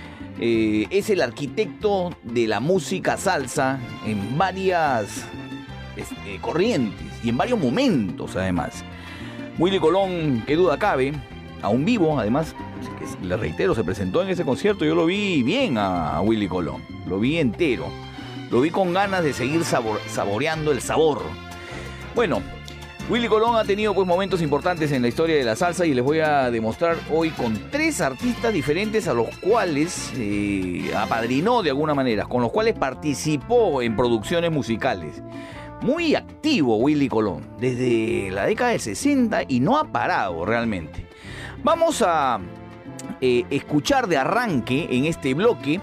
es el arquitecto de la música salsa en varias corrientes y en varios momentos además. Willy Colón, qué duda cabe, aún vivo, además, les reitero, se presentó en ese concierto. Yo lo vi bien a Willy Colón, lo vi entero, lo vi con ganas de seguir saboreando el sabor. Bueno, Willy Colón ha tenido pues momentos importantes en la historia de la salsa y les voy a demostrar hoy con 3 artistas diferentes a los cuales apadrinó de alguna manera, con los cuales participó en producciones musicales. Muy activo Willy Colón, desde la década del 60 y no ha parado realmente. Vamos a escuchar de arranque en este bloque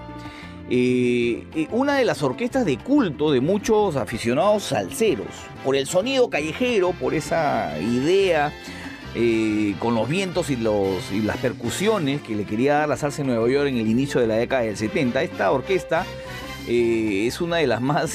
una de las orquestas de culto de muchos aficionados salseros, por el sonido callejero, por esa idea con los vientos y las percusiones que le quería dar la salsa en Nueva York en el inicio de la década del 70. Esta orquesta es una de las más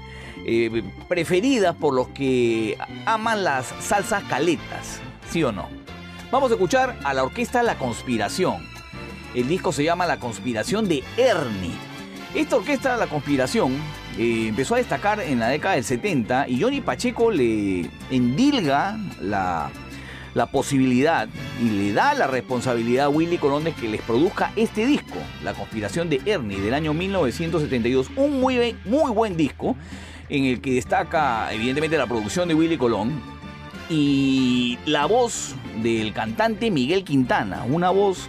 preferidas por los que aman las salsas caletas, ¿sí o no? Vamos a escuchar a la orquesta La Conspiración. El disco se llama La Conspiración de Ernie. Esta orquesta La Conspiración empezó a destacar en la década del 70 y Johnny Pacheco le endilga la posibilidad y le da la responsabilidad a Willy Colón de que les produzca este disco, La Conspiración de Ernie, del año 1972. Un muy buen disco en el que destaca evidentemente la producción de Willy Colón y la voz del cantante Miguel Quintana, una voz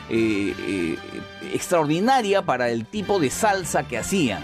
extraordinaria para el tipo de salsa que hacían.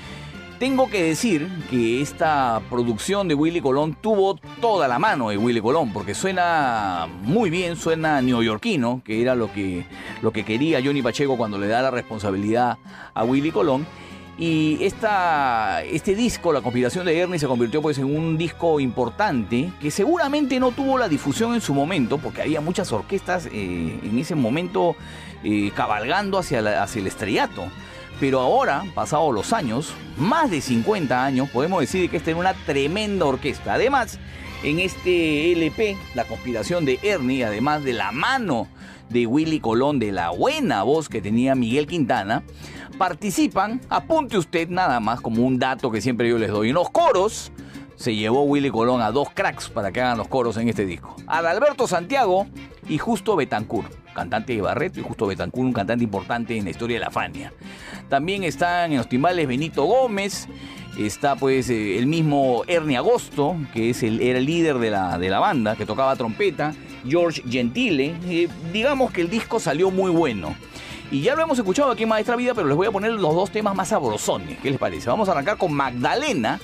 Tengo que decir que esta producción de Willy Colón tuvo toda la mano de Willy Colón, porque suena muy bien, suena neoyorquino, que era lo que quería Johnny Pacheco cuando le da la responsabilidad a Willy Colón. Y este disco, La Conspiración de Ernie, se convirtió pues en un disco importante que seguramente no tuvo la difusión en su momento, porque había muchas orquestas en ese momento cabalgando hacia el estrellato. Pero ahora, pasados los años, más de 50 años, podemos decir que esta era una tremenda orquesta. Además, en este LP, La Conspiración de Ernie, además de la mano de Willy Colón, de la buena voz que tenía Miguel Quintana, participan, apunte usted nada más como un dato que siempre yo les doy, en los coros. Se llevó Willy Colón a 2 cracks para que hagan los coros en este disco: Adalberto Santiago y Justo Betancourt, cantante de Barreto, y Justo Betancourt, un cantante importante en la historia de la Fania. También están en los timbales Benito Gómez, está pues el mismo Ernie Agosto, que era el líder de la banda, que tocaba trompeta, George Gentile. Digamos que el disco salió muy bueno. Y ya lo hemos escuchado aquí en Maestra Vida, pero les voy a poner los 2 temas más sabrosones. ¿Qué les parece? Vamos a arrancar con Magdalena,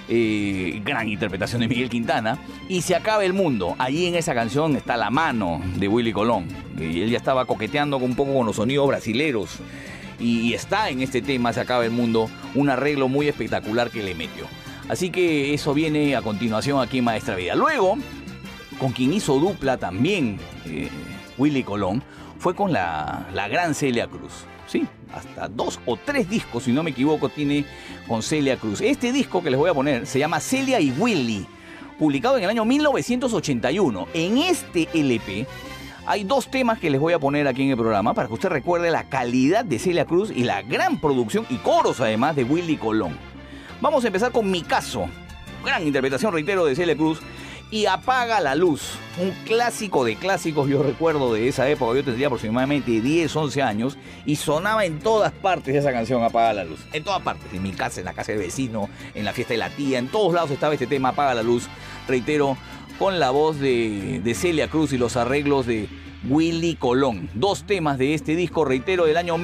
gran interpretación de Miguel Quintana, y Se Acaba el Mundo. Allí en esa canción está la mano de Willy Colón. Él ya estaba coqueteando un poco con los sonidos brasileros. Y está en este tema, Se Acaba el Mundo, un arreglo muy espectacular que le metió. Así que eso viene a continuación aquí en Maestra Vida. Luego, con quien hizo dupla también Willy Colón, fue con la gran Celia Cruz. Sí, hasta 2 o 3 discos, si no me equivoco, tiene con Celia Cruz. Este disco que les voy a poner se llama Celia y Willy, publicado en el año 1981. En este LP hay 2 temas que les voy a poner aquí en el programa para que usted recuerde la calidad de Celia Cruz y la gran producción y coros además de Willy Colón. Vamos a empezar con Mi Caso, gran interpretación, reitero, de Celia Cruz, y Apaga la Luz, un clásico de clásicos. Yo recuerdo de esa época, yo tendría aproximadamente 10, 11 años y sonaba en todas partes esa canción, Apaga la Luz. En todas partes, en mi casa, en la casa del vecino, en la fiesta de la tía, en todos lados estaba este tema, Apaga la Luz, reitero, con la voz de Celia Cruz y los arreglos de Willy Colón. 2 temas de este disco, reitero, del año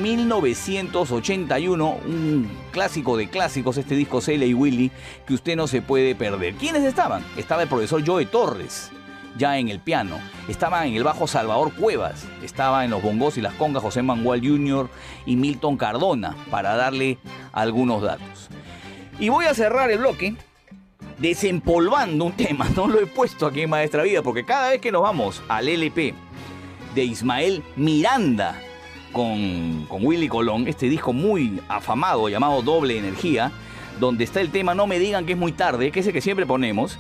1981, un clásico de clásicos, este disco Celia y Willy, que usted no se puede perder. ¿Quiénes estaban? Estaba el profesor Joe Torres, ya en el piano. Estaba en el bajo Salvador Cuevas. Estaba en los bongos y las congas José Mangual Jr. y Milton Cardona, para darle algunos datos. Y voy a cerrar el bloque desempolvando un tema. No lo he puesto aquí en Maestra Vida, porque cada vez que nos vamos al LP de Ismael Miranda con Willy Colón, este disco muy afamado llamado Doble Energía, donde está el tema No me digan que es muy tarde, que es el que siempre ponemos,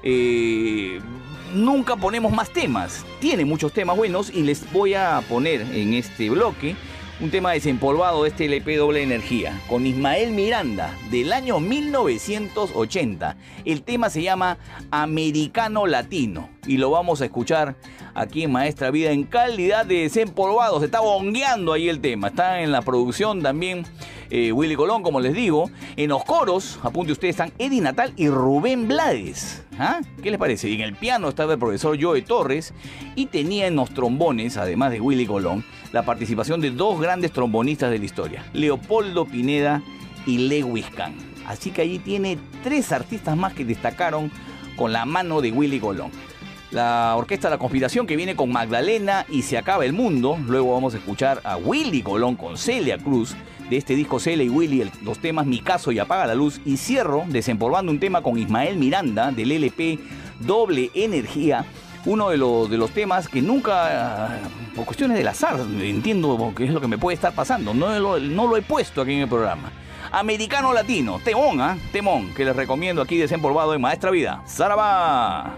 nunca ponemos más temas. Tiene muchos temas buenos y les voy a poner en este bloque un tema desempolvado de este LP Doble Energía, con Ismael Miranda, del año 1980. El tema se llama Americano Latino y lo vamos a escuchar aquí en Maestra Vida en calidad de desempolvado. Se está bongueando ahí el tema. Está en la producción también Willy Colón, como les digo. En los coros, apunte ustedes, están Eddie Natal y Rubén Blades. ¿Ah? ¿Qué les parece? Y en el piano estaba el profesor Joe Torres y tenía en los trombones, además de Willy Colón, la participación de dos grandes trombonistas de la historia, Leopoldo Pineda y Lewis Kahn. Así que allí tiene 3 artistas más que destacaron con la mano de Willy Colón. La orquesta La Conspiración, que viene con Magdalena y Se acaba el mundo. Luego vamos a escuchar a Willy Colón con Celia Cruz, de este disco Celia y Willy, los temas Mi Caso y Apaga la Luz. Y cierro desempolvando un tema con Ismael Miranda del LP Doble Energía. Uno de los temas que nunca, por cuestiones del azar, entiendo qué es lo que me puede estar pasando, no lo he puesto aquí en el programa. Americano Latino, temón, temón, que les recomiendo aquí desempolvado en Maestra Vida. ¡Zaraba!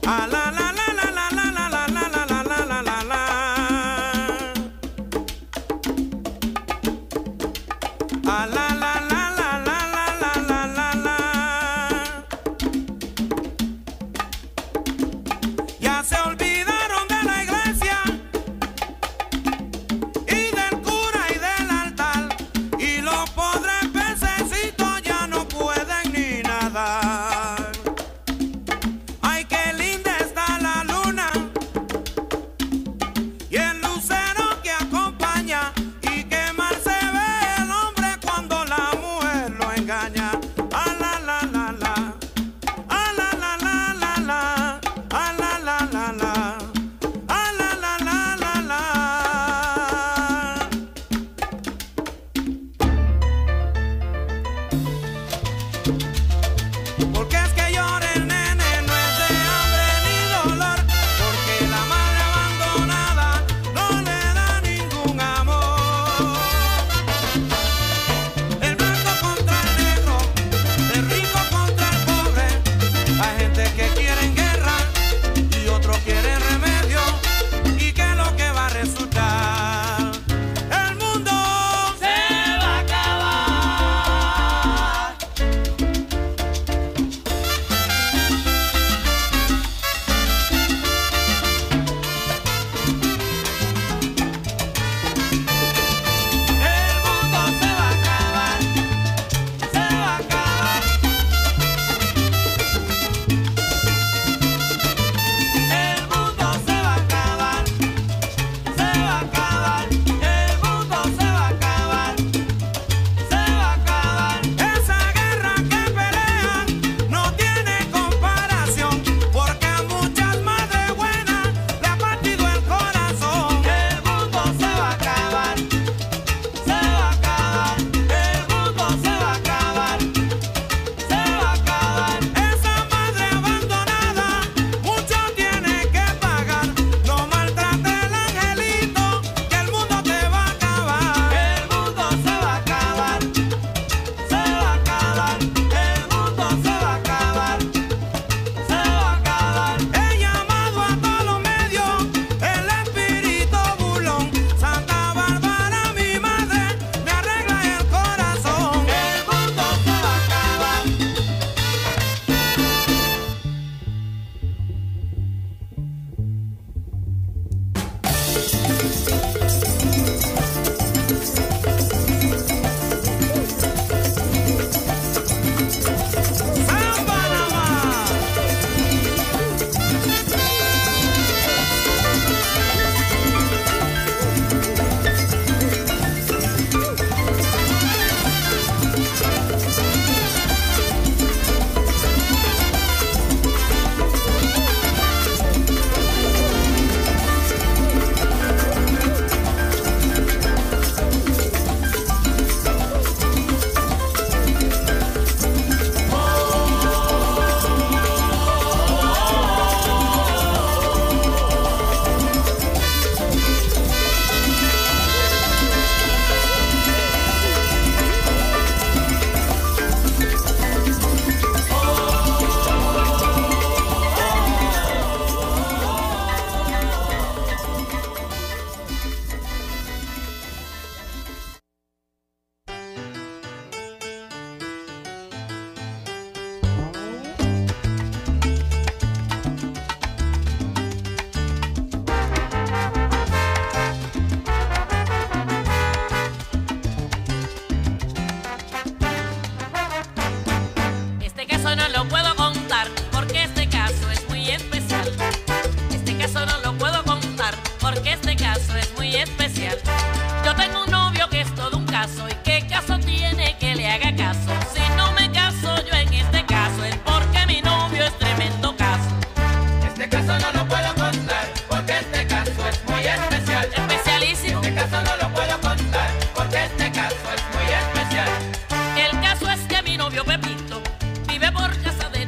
Pepito vive por casa de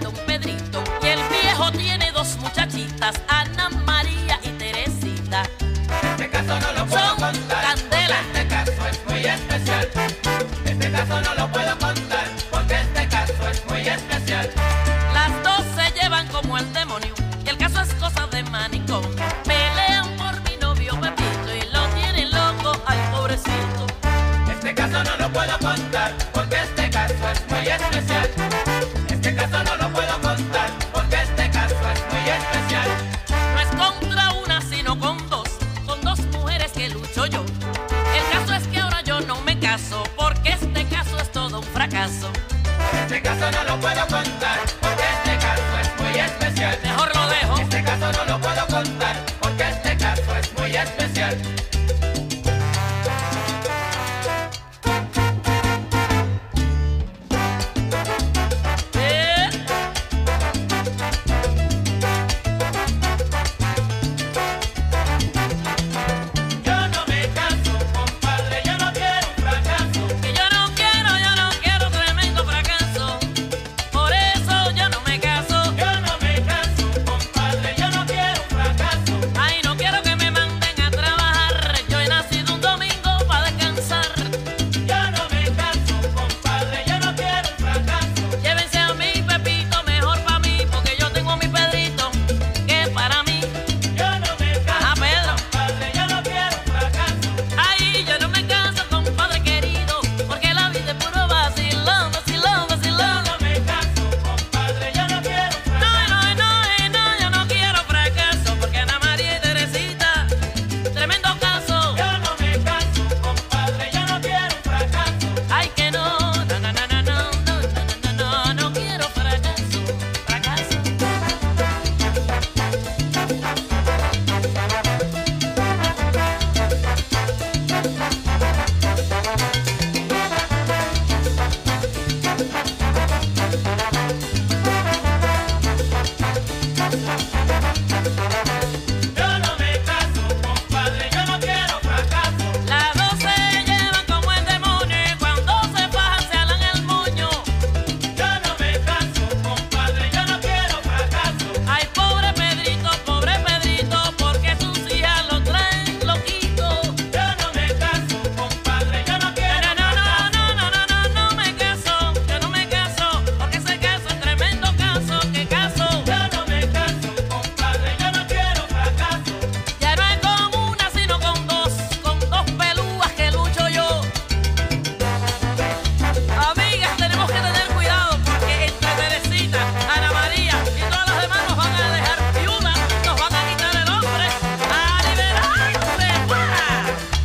fracaso. Este caso no lo puedo contar, porque este caso es muy especial. Mejor lo dejo. Este caso no lo puedo contar, porque este caso es muy especial. Yo no me caso, compadre, yo no quiero un fracaso. Que yo no quiero tremendo fracaso. Por eso yo no me caso. Yo no me caso, compadre, yo no quiero un fracaso. Ay, no quiero que me manden a trabajar. Yo he nacido un domingo para descansar. Yo no me caso, compadre, yo no quiero un fracaso. Llévense a mi Pepito, mejor para mí, porque yo tengo a mi Pedrito, que es para mí. Yo no me caso, Ah, Pedro. compadre, yo no quiero un fracaso. Ay, yo no me caso, compadre querido, porque la vida es puro vacilón, vacilón, Yo vacilón. no me caso, compadre, yo no quiero un fracaso. No, yo no quiero fracaso, porque Ana María y Teresita, tremendo caso. Yo no me caso, compadre, yo no quiero un fracaso. Ay, que no quiero fracaso, fracaso. Yo no me caso, compadre, yo no quiero fracaso. Las dos se llevan como el demonio y cuando se fajan se alan el moño. Yo no me caso, compadre, yo no quiero fracaso. Ay, pobre Pedrito, porque sus hijas lo traen loquito. Yo no me caso, compadre, yo no quiero fracaso. No me caso, yo no me caso, porque ese caso es tremendo caso, que caso. Yo no me caso, compadre, yo no quiero fracaso. Ya no es con una, sino con dos pelúas que lucho yo. Amigas, tenemos que tener cuidado, porque entre Teresita, Ana María y todas las demás nos van a dejar viudas, nos van a quitar el hombre, a liberarse, ¡fuera!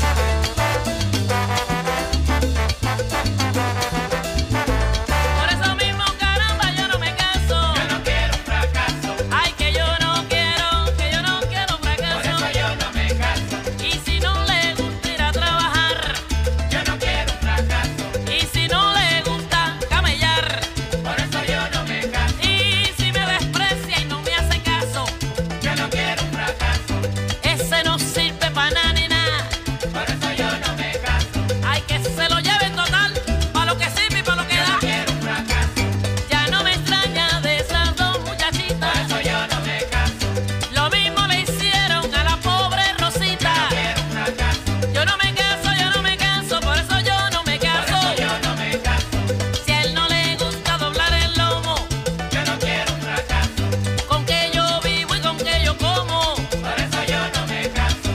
Por eso mismo, caramba, yo no me caso. Yo no quiero un fracaso. Ay, que yo no quiero Por fracaso. eso yo no me caso. Y si no le gusta ir a trabajar, Yo no quiero un fracaso. y si no le gusta camellar, Por eso yo no me caso. y si me desprecia y no me hace caso, Yo no quiero un fracaso. ese no sirve para nada ni nada. Por eso yo no me caso. Hay que se lo lleven total, para lo que sirve y para lo que Yo no da. quiero un fracaso. Ya no me extraña de esas dos Por muchachitas. eso yo no me caso. Lo mismo le hicieron a la pobre Rosita. Quiero un fracaso. Yo no me caso, por eso yo no me Por caso. eso yo no me caso. Si a él no le gusta doblar el lomo, Yo no quiero un fracaso. con que yo vivo y con que yo como. Por eso yo no me caso.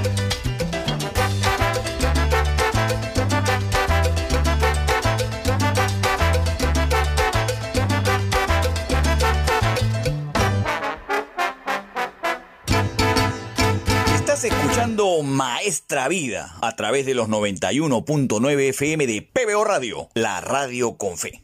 Estás escuchando Maestra Vida a través de los 91.9 FM de PBO Radio, la radio con fe.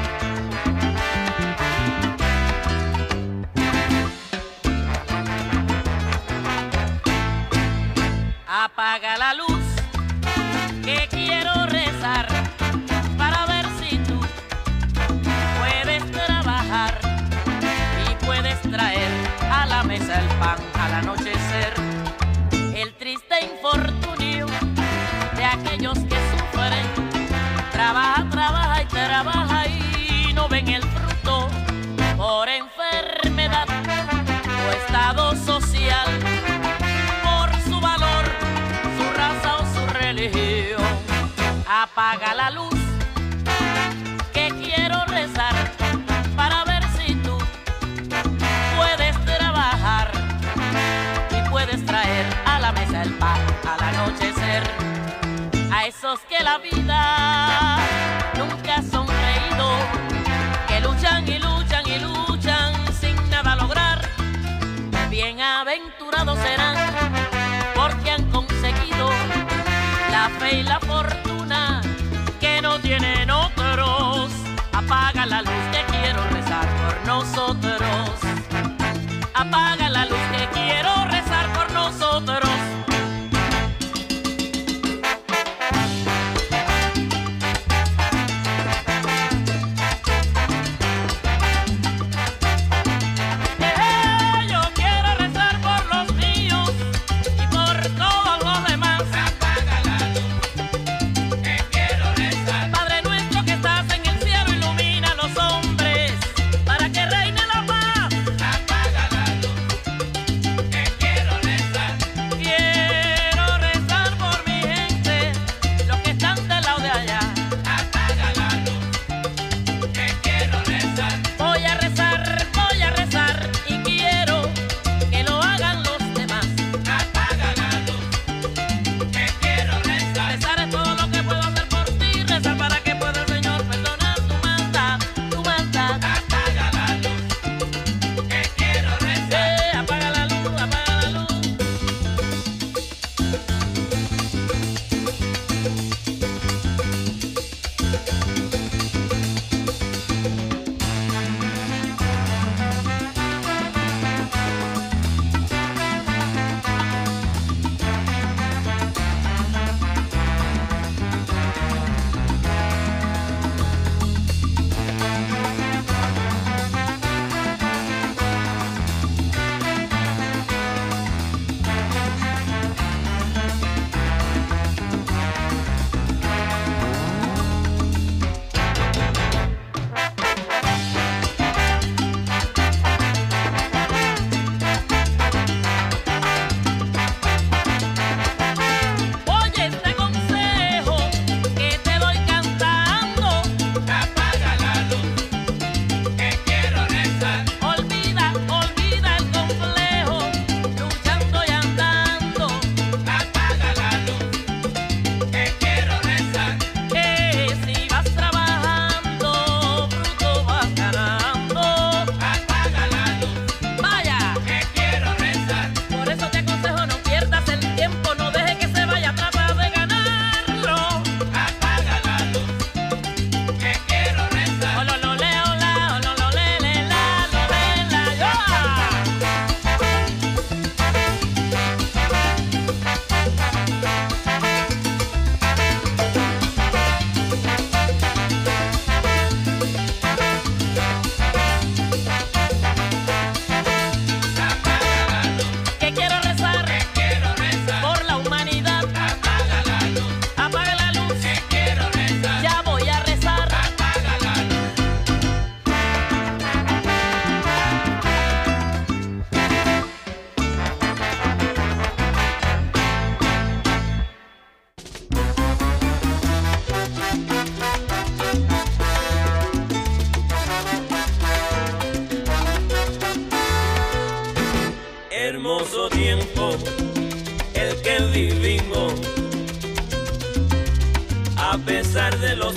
Apaga la luz, que quiero rezar para ver si tú puedes trabajar y puedes traer a la mesa el pan al anochecer. El triste infortunio de aquellos que sufren, trabaja y trabaja y no ven el fruto por enfermedad o estado social, por su valor, su raza o su religión. Apaga la luz, que quiero rezar para ver si tú puedes trabajar y puedes traer a la mesa el pan al anochecer. A esos que la vida nunca ha sonreído, que luchan y luchan y luchan sin nada lograr, bienaventurados serán porque han conseguido la fe y la fortuna que no tienen otros.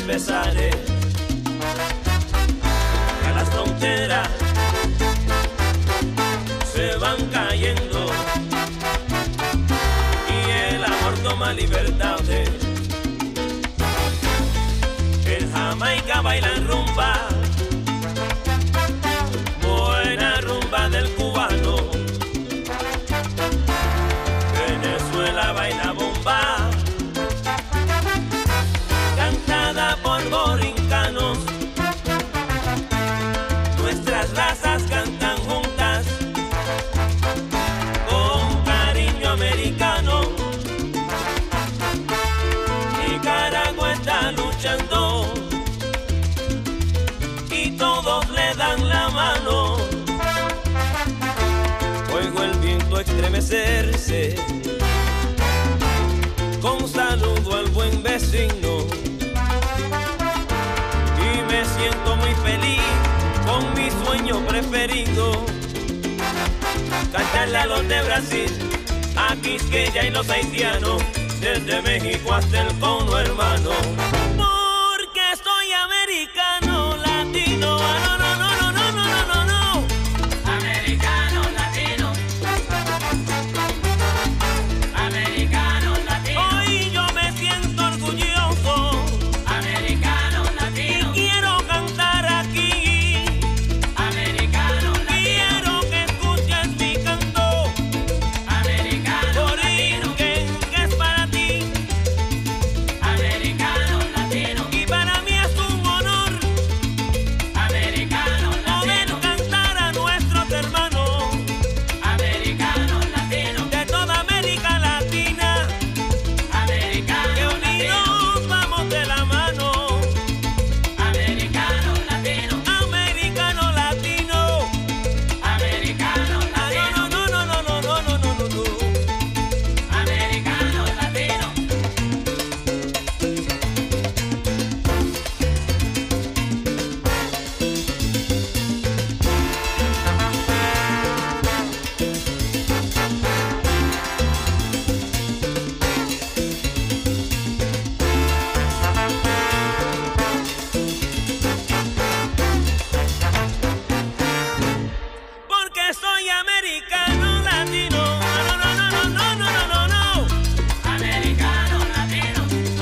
pesares, que las fronteras se van cayendo y el amor toma libertades. En Jamaica bailan rumba, buena rumba del cubano. Venezuela baila bomba, cantada por borincanos. Nuestras razas cantan juntas con cariño americano. Nicaragua está luchando y todos le dan la mano. Oigo el viento estremecerse con saludo al buen vecino y me siento muy feliz con mi sueño preferido, cantarle a los de Brasil, a Quisqueya y los haitianos, desde México hasta el cono hermano. Porque soy americano, latino, no, no, no, no, no, no, no, no. Americano, latino. Americano, latino. Hoy yo me siento orgulloso, Americano, latino. y quiero cantar aquí. Americano, latino. Quiero que escuches mi canto, Americano, latino. Borinquen, que es para ti. Americano, latino. Y para mí es un honor Americano, poder latino. cantar a nuestros hermanos Americano, latino. de toda América Latina, que Americano, latino. unidos vamos de la mano. Americano, latino. Americano latino. Americano, Ah, latino. no, no, no, no, no, no, no, no, no. Americano, latino. Porque soy americano latino. No, no, no, no, no, no, no, no, no. Americano, latino.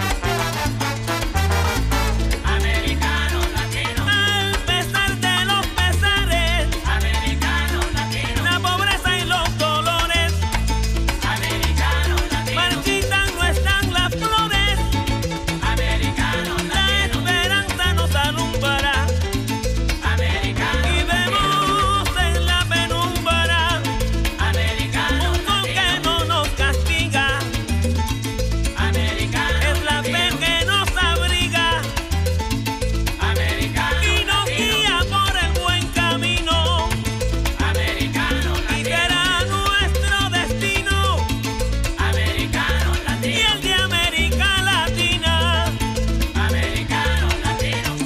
Americano, latino. Al pesar de los pesares, Americano, latino. la pobreza y los dolores, Americano, latino. marchitan no están las flores. Americano, La latino. esperanza nos alumbra Americano, y vemos en la penumbra Americano, un sol que no nos castiga. Americano, Es la fe que nos abriga Americano, y nos guía por el buen camino. Americano, Y será nuestro destino Americano, y latino. el de América Latina. Americano, latino.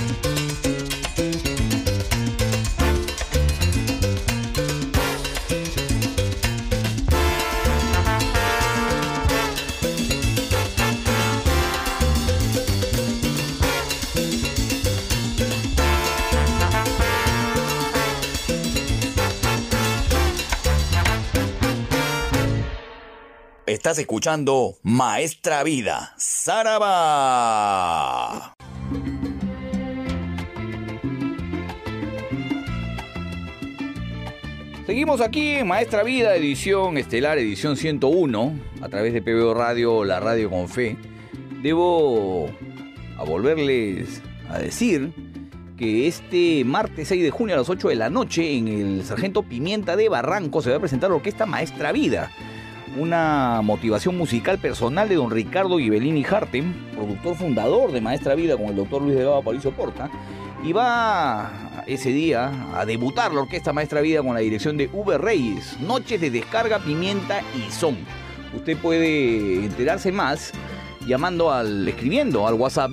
Estás escuchando Maestra Vida, Saraba. Seguimos aquí en Maestra Vida, edición estelar, edición 101, a través de PBO Radio, la radio con fe. Debo volverles a decir que este martes 6 de junio a las 8 de la noche en el Sargento Pimienta de Barranco se va a presentar la orquesta Maestra Vida, una motivación musical personal de don Ricardo Ghibellini Hartem, productor fundador de Maestra Vida con el doctor Luis Delgado Aparicio Porta, y va ese día a debutar la orquesta Maestra Vida con la dirección de V. Reyes, Noches de Descarga, Pimienta y Son. Usted puede enterarse más escribiendo al WhatsApp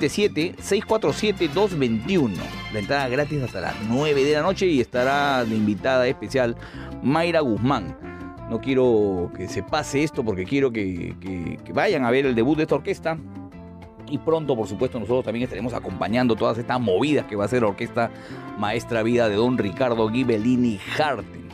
977-647-221. La entrada gratis hasta las 9 de la noche y estará de invitada especial Mayra Guzmán. No quiero que se pase esto porque quiero que vayan a ver el debut de esta orquesta y pronto, por supuesto, nosotros también estaremos acompañando todas estas movidas que va a hacer la Orquesta Maestra Vida de don Ricardo Ghibellini Harten.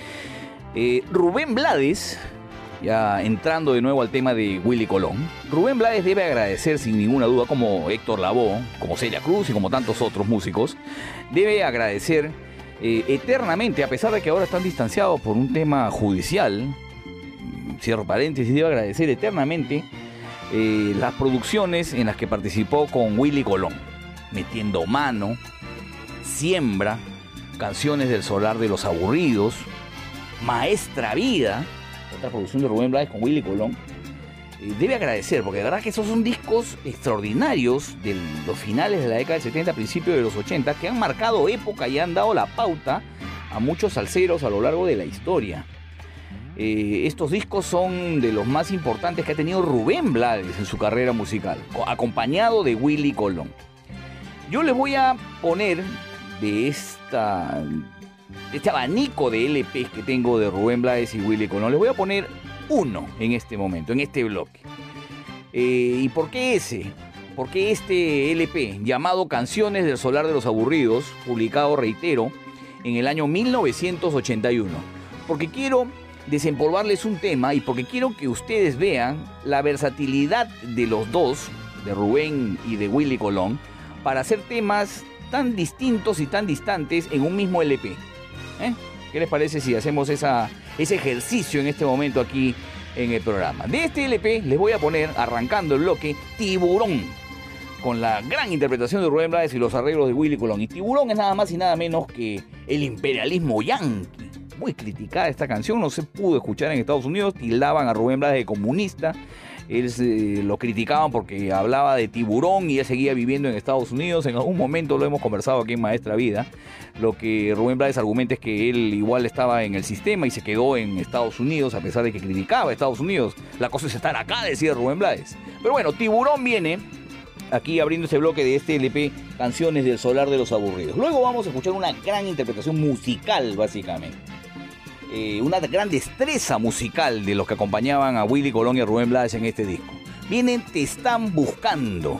Rubén Blades, ya entrando de nuevo al tema de Willy Colón, Rubén Blades debe agradecer sin ninguna duda, como Héctor Lavoe, como Celia Cruz y como tantos otros músicos, debe agradecer eternamente, a pesar de que ahora están distanciados por un tema judicial, cierro paréntesis, debe agradecer eternamente las producciones en las que participó con Willy Colón, Metiendo Mano, Siembra, Canciones del Solar de los Aburridos, Maestra Vida, otra producción de Rubén Blades con Willy Colón. Debe agradecer, porque la verdad que esos son discos extraordinarios de los finales de la década del 70, principios de los 80, que han marcado época y han dado la pauta a muchos salseros a lo largo de la historia. Estos discos son de los más importantes que ha tenido Rubén Blades en su carrera musical, acompañado de Willy Colón. Yo les voy a poner de este abanico de LPs que tengo de Rubén Blades y Willy Colón, les voy a poner uno en este momento, en este bloque. ¿Y por qué ese? ¿Por qué este LP llamado Canciones del Solar de los Aburridos, publicado, reitero, en el año 1981? Porque quiero desempolvarles un tema y porque quiero que ustedes vean la versatilidad de los dos, de Rubén y de Willy Colón, para hacer temas tan distintos y tan distantes en un mismo LP. ¿Qué les parece si hacemos ese ejercicio en este momento aquí en el programa? De este LP les voy a poner, arrancando el bloque, Tiburón, con la gran interpretación de Rubén Blades y los arreglos de Willy Colón. Y Tiburón es nada más y nada menos que el imperialismo yanqui. Muy criticada esta canción, no se pudo escuchar en Estados Unidos, tildaban a Rubén Blades de comunista, lo criticaban porque hablaba de tiburón y él seguía viviendo en Estados Unidos. En algún momento lo hemos conversado aquí en Maestra Vida. Lo que Rubén Blades argumenta es que él igual estaba en el sistema y se quedó en Estados Unidos a pesar de que criticaba a Estados Unidos. La cosa es estar acá, decía Rubén Blades. Pero bueno, Tiburón viene aquí abriendo este bloque de este LP, Canciones del Solar de los Aburridos. Luego vamos a escuchar una gran interpretación musical, básicamente. Una gran destreza musical de los que acompañaban a Willy Colón y a Rubén Blades en este disco. Vienen Te Están Buscando,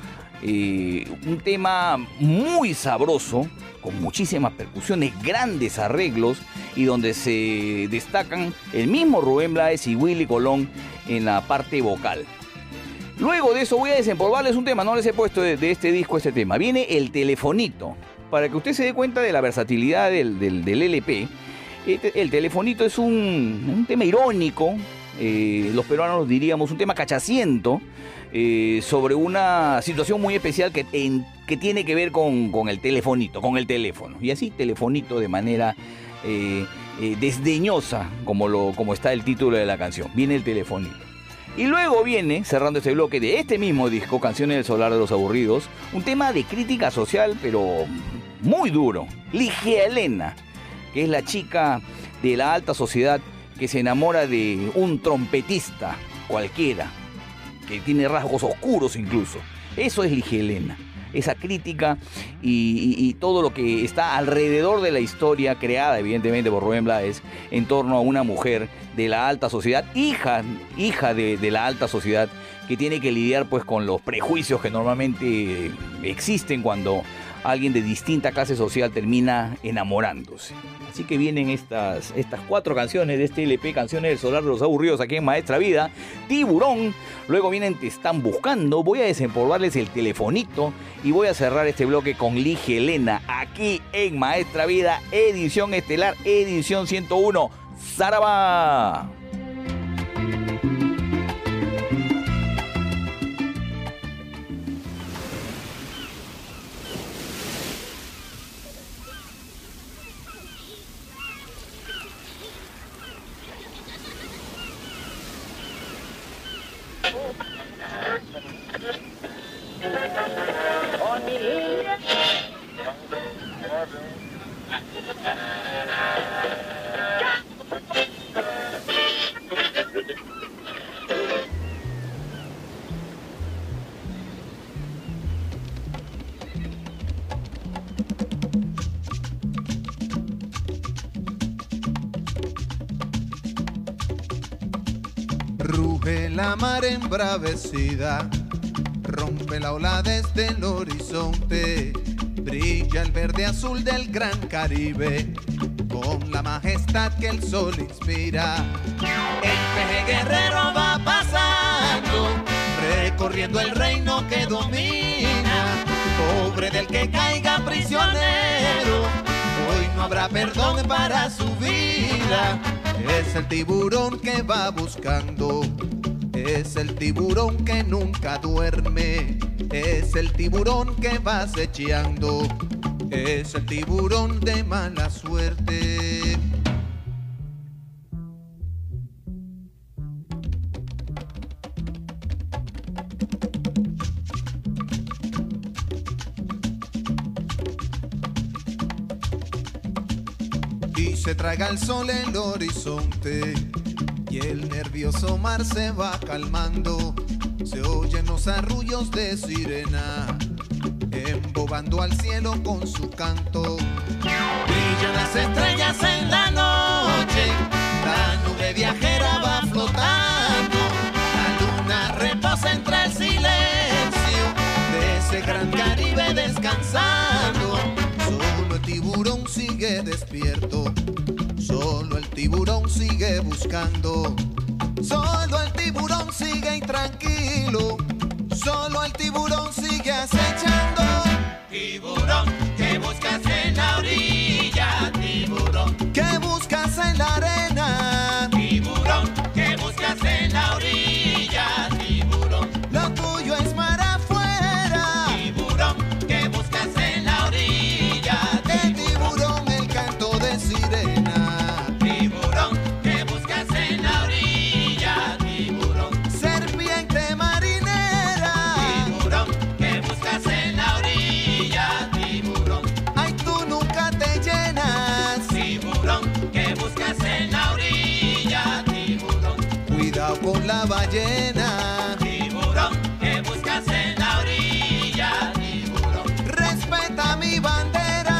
un tema muy sabroso, con muchísimas percusiones, grandes arreglos, y donde se destacan el mismo Rubén Blades y Willy Colón en la parte vocal. Luego de eso voy a desempolvarles un tema, no les he puesto de este disco este tema. Viene El Telefonito, para que usted se dé cuenta de la versatilidad del LP. El Telefonito es un tema irónico, los peruanos diríamos un tema cachaciento, sobre una situación muy especial que tiene que ver con el telefonito, con el teléfono. Y así, telefonito de manera desdeñosa, como está el título de la canción. Viene El Telefonito. Y luego viene, cerrando este bloque de este mismo disco, Canciones del Solar de los Aburridos, un tema de crítica social, pero muy duro. Ligia Elena, que es la chica de la alta sociedad que se enamora de un trompetista cualquiera, que tiene rasgos oscuros incluso. Eso es Ligia Elena. Esa crítica y todo lo que está alrededor de la historia creada evidentemente por Rubén Blades en torno a una mujer de la alta sociedad, hija de la alta sociedad, que tiene que lidiar pues con los prejuicios que normalmente existen cuando alguien de distinta clase social termina enamorándose. Así que vienen estas 4 canciones de este LP, Canciones del Solar de los Aburridos, aquí en Maestra Vida. Tiburón, luego vienen Te Están Buscando, voy a desempolvarles El Telefonito y voy a cerrar este bloque con Ligia Elena, aquí en Maestra Vida, edición estelar, edición 101. ¡Zaraba! Ruge la mar embravecida, rompe rompe la ola desde el horizonte, brilla el verde azul del gran Caribe, con la majestad que el sol inspira. El peje guerrero va pasando, recorriendo el reino que domina. Pobre del que caiga prisionero, hoy no habrá perdón para su vida. Es el tiburón que va buscando, es el tiburón que nunca duerme, es el tiburón que va acechando, es el tiburón de mala suerte. Y se traga el sol el horizonte, y el nervioso mar se va calmando. Se oyen los arrullos de sirena, embobando al cielo con su canto. Brillan las estrellas en la noche, la nube viajera va flotando. La luna reposa entre el silencio de ese gran Caribe descansando. Solo el tiburón sigue despierto, solo el tiburón sigue buscando, solo el tiburón sigue intranquilo, solo el tiburón sigue acechando. Tiburón, ¿qué buscas en la orilla? Tiburón, ¿qué buscas en la arena? tiburón, ¿qué buscas en la orilla? Tiburón, Lo tuyo es mar afuera. tiburón, ¿qué buscas en la orilla? El tiburón, el canto de sirena. Tiburón, ¿qué buscas en la orilla? Tiburón, Serpiente marinera. tiburón, ¿qué buscas en la orilla? Tiburón, Ay, tú nunca te llenas. tiburón, ¿qué buscas en la orilla? Tiburón, Cuidado con la ballena. tiburón, ¿qué buscas en la orilla? Tiburón, Respeta mi bandera.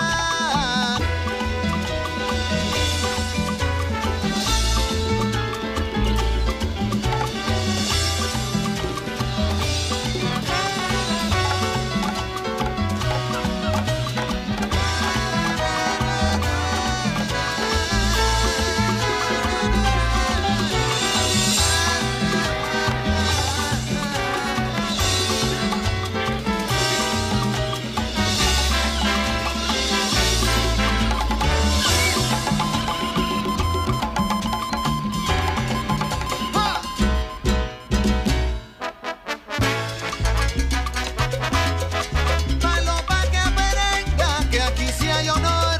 Paloma que aperenga, que aquí sí hay honor.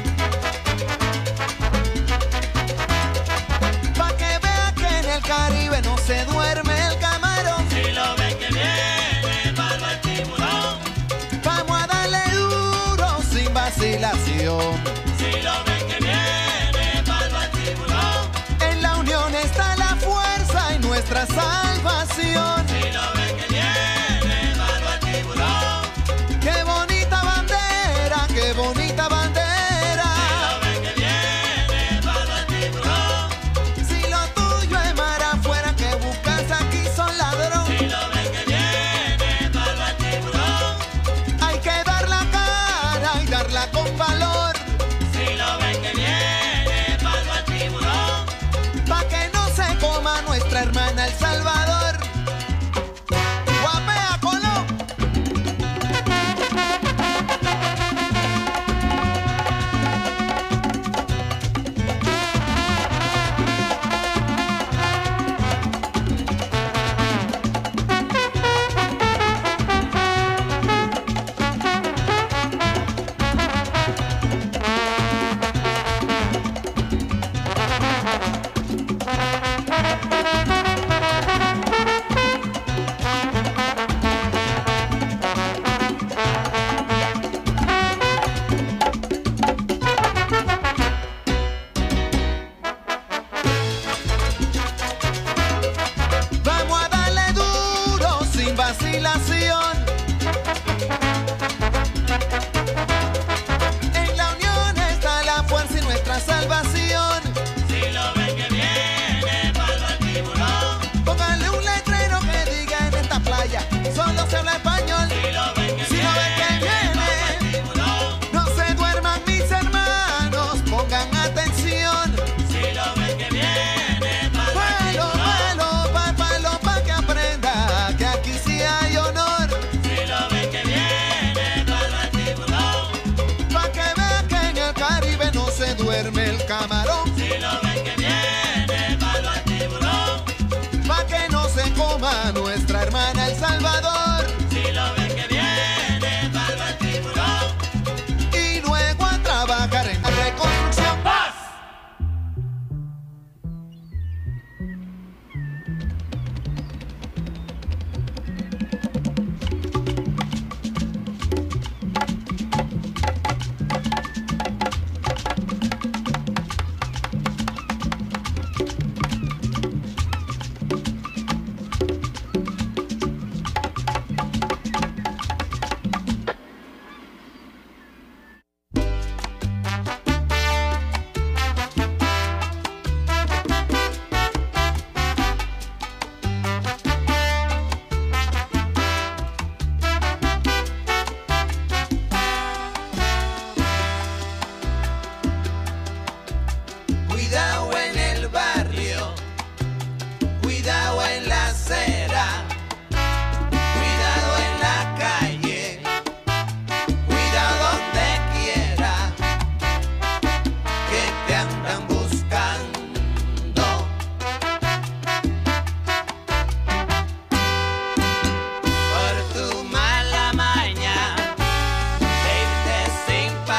Pa' que vea que en el Caribe no se duerme el camarón. si lo ven que viene, malo el tiburón. Vamos a darle duro sin vacilación. Si lo ven que viene, malo el tiburón. En la unión está la fuerza y nuestra salvación. Si lo ven que viene, malo el tiburón. Qué bonita bandera, qué bonita bandera. Si lo ven que viene, malo el tiburón. Si lo tuyo es mar afuera, que buscas aquí son ladrones. Si lo ven que viene, malo el tiburón. Hay que dar la cara y darla con valor.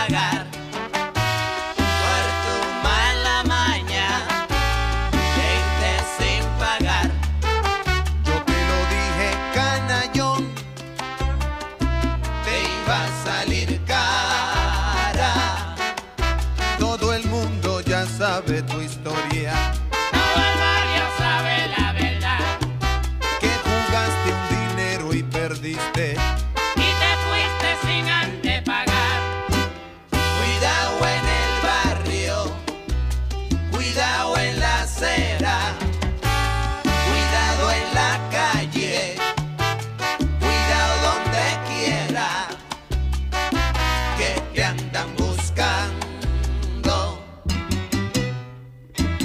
pagar por tu mala maña, gente sin pagar. Yo te lo dije, canallón, te iba a salir cara. Todo el mundo ya sabe tu historia, Todo el barrio sabe la verdad que jugaste un dinero y perdiste. y te fuiste sin antes pagar. Cuidado en el barrio, cuidado en la acera, cuidado en la calle, cuidado donde quiera, que te andan buscando.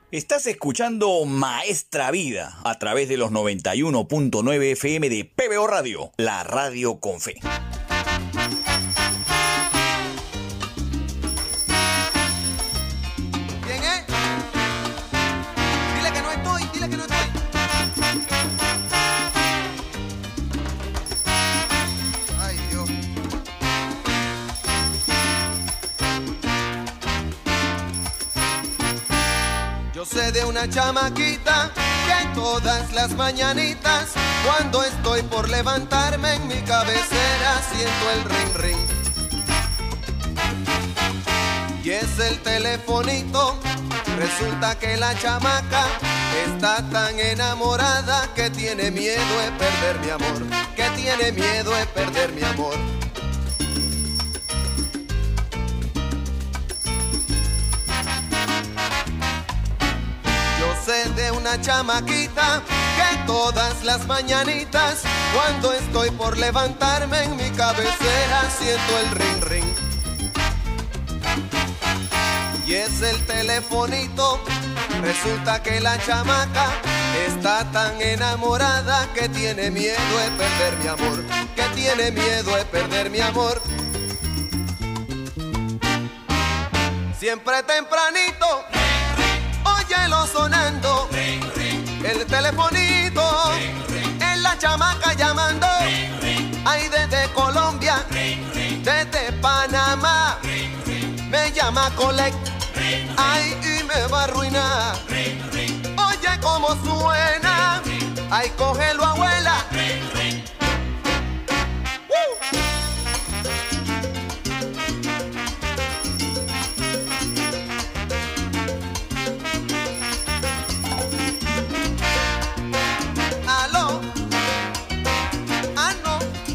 Estás escuchando Maestra Vida a través de los 91.9 FM de PBO Radio, la radio con fe. ¿Quién es? Dile que no estoy, dile que no estoy. Ay, Dios. Yo sé de una chamaquita que todas las mañanitas, cuando estoy por levantarme en mi cabecera, siento el ring ring. Y es el telefonito. Resulta que la chamaca está tan enamorada que tiene miedo de perder mi amor, que tiene miedo de perder mi amor. Yo sé de una chamaquita que todas las mañanitas, cuando estoy por levantarme en mi cabecera, siento el ring ring. Y es el telefonito. Resulta que la chamaca está tan enamorada que tiene miedo de perder mi amor, que tiene miedo de perder mi amor. Siempre tempranito, óyelo sonando, el telefonito, es la chamaca llamando. Ay, desde Colombia, desde Panamá, me llama Colect. Ay, y me va a arruinar. Oye cómo suena. Ay, cógelo, abuela. Aló. Ah, no.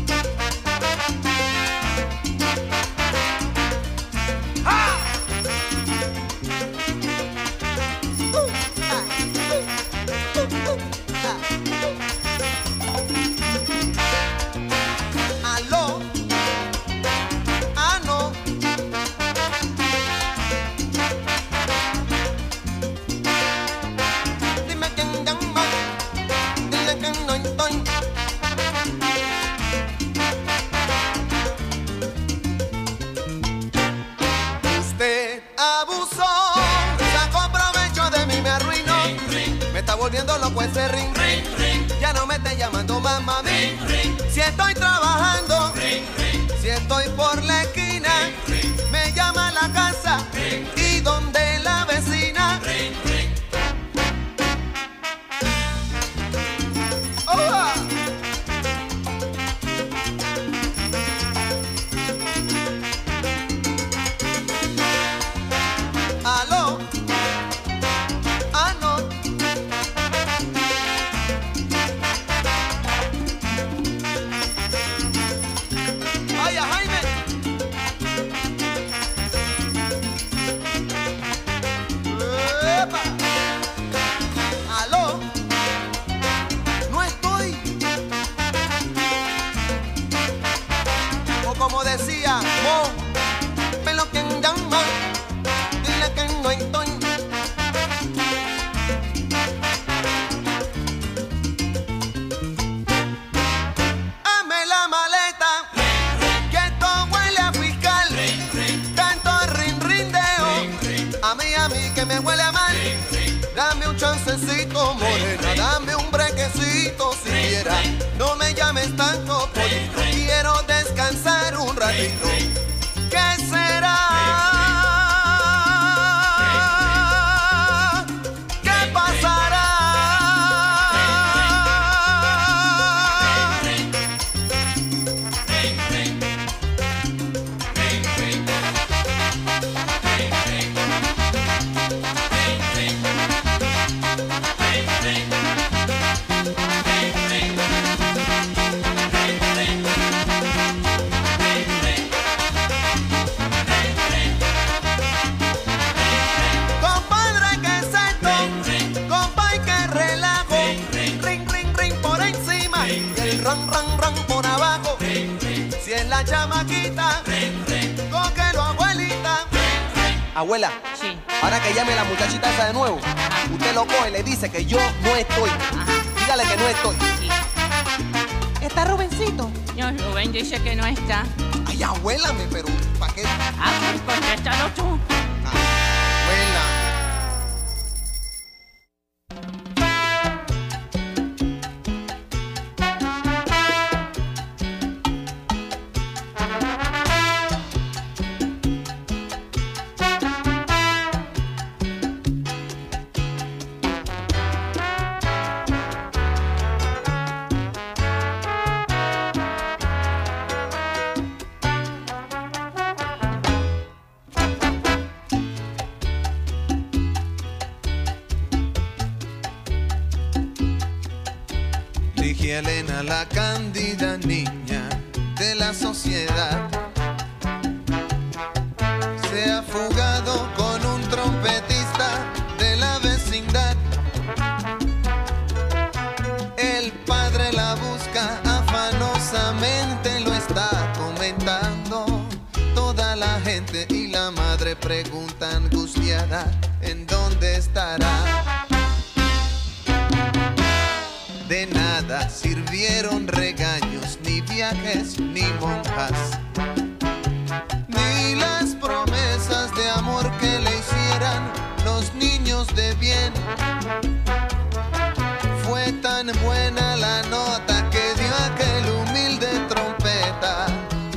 ¡Ah! Aló. Ah, no. Dime quién llama. Dile que no estoy. Usted abusó, sacó provecho de mí, me arruinó. Me está volviendo loco ese ring. Ya no me esté llamando mamá. Si estoy trabajando, si estoy por la esquina, me llama a la casa y donde la vecina. ¡Oja! Aló. Ah, no. Vaya, Jaime. ¡Epa! Aló. No estoy. O como decía Mo, pero quien llama, dile que no estoy. Hame la maleta, que esto huele a fiscal. Tanto rindeo, a mí que me huele a mal. Dame un chancecito, morena, dame un brequecito siquiera. No me llames tanto, polito, quiero descansar un ratito. ¿Qué será? ¿Qué pasará? Compadre, que es esto, compadre, que relajo. Ring, ring, ring por encima y el ran por abajo. Si es la chamaquita, cógelo, abuelita. Abuela, Sí. Ahora que llame la muchachita esa de nuevo, usted lo coge y le dice que yo no estoy. Dígale que no estoy. ¿Está Rubencito? No, Rubén dice que no está. Ay, abuélame, pero ¿para qué? Ah, pues contéstalo tú. Abuélame. Ligia Elena, la cándida niña de la sociedad, se ha fugado con un trompetista de la vecindad. El padre la busca afanosamente, lo está comentando toda la gente, y la madre pregunta angustiada en dónde estará. De nada sirvieron regaños, ni viajes, ni monjas, ni las promesas de amor que le hicieran los niños de bien. Fue tan buena la nota que dio aquel humilde trompeta,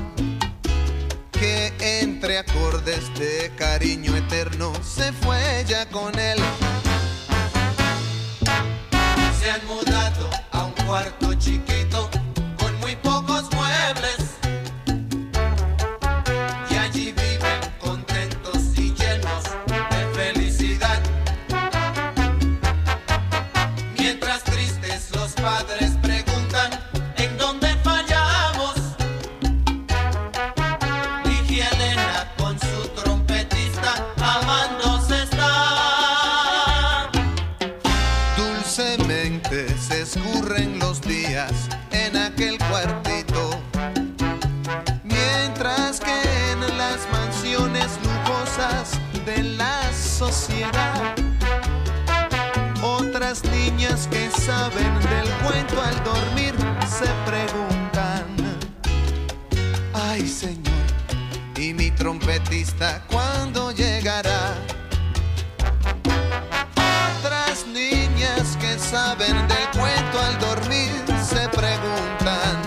que entre acordes de cariño eterno se fue ella con él. Se han mudado a un cuarto chiquito con muy pocos muebles, y allí viven contentos y llenos de felicidad. Mientras tristes los padres preguntan en dónde fallamos, Ligia Elena con su trompetista amándose está. Dulcemente se escurren los días en aquel cuartito, mientras que en las mansiones lujosas de la sociedad, otras niñas que saben del cuento al dormir se preguntan: ay, Señor, ¿y mi trompetista cuándo llegará? Otras niñas que saben del cuento al dormir se preguntan: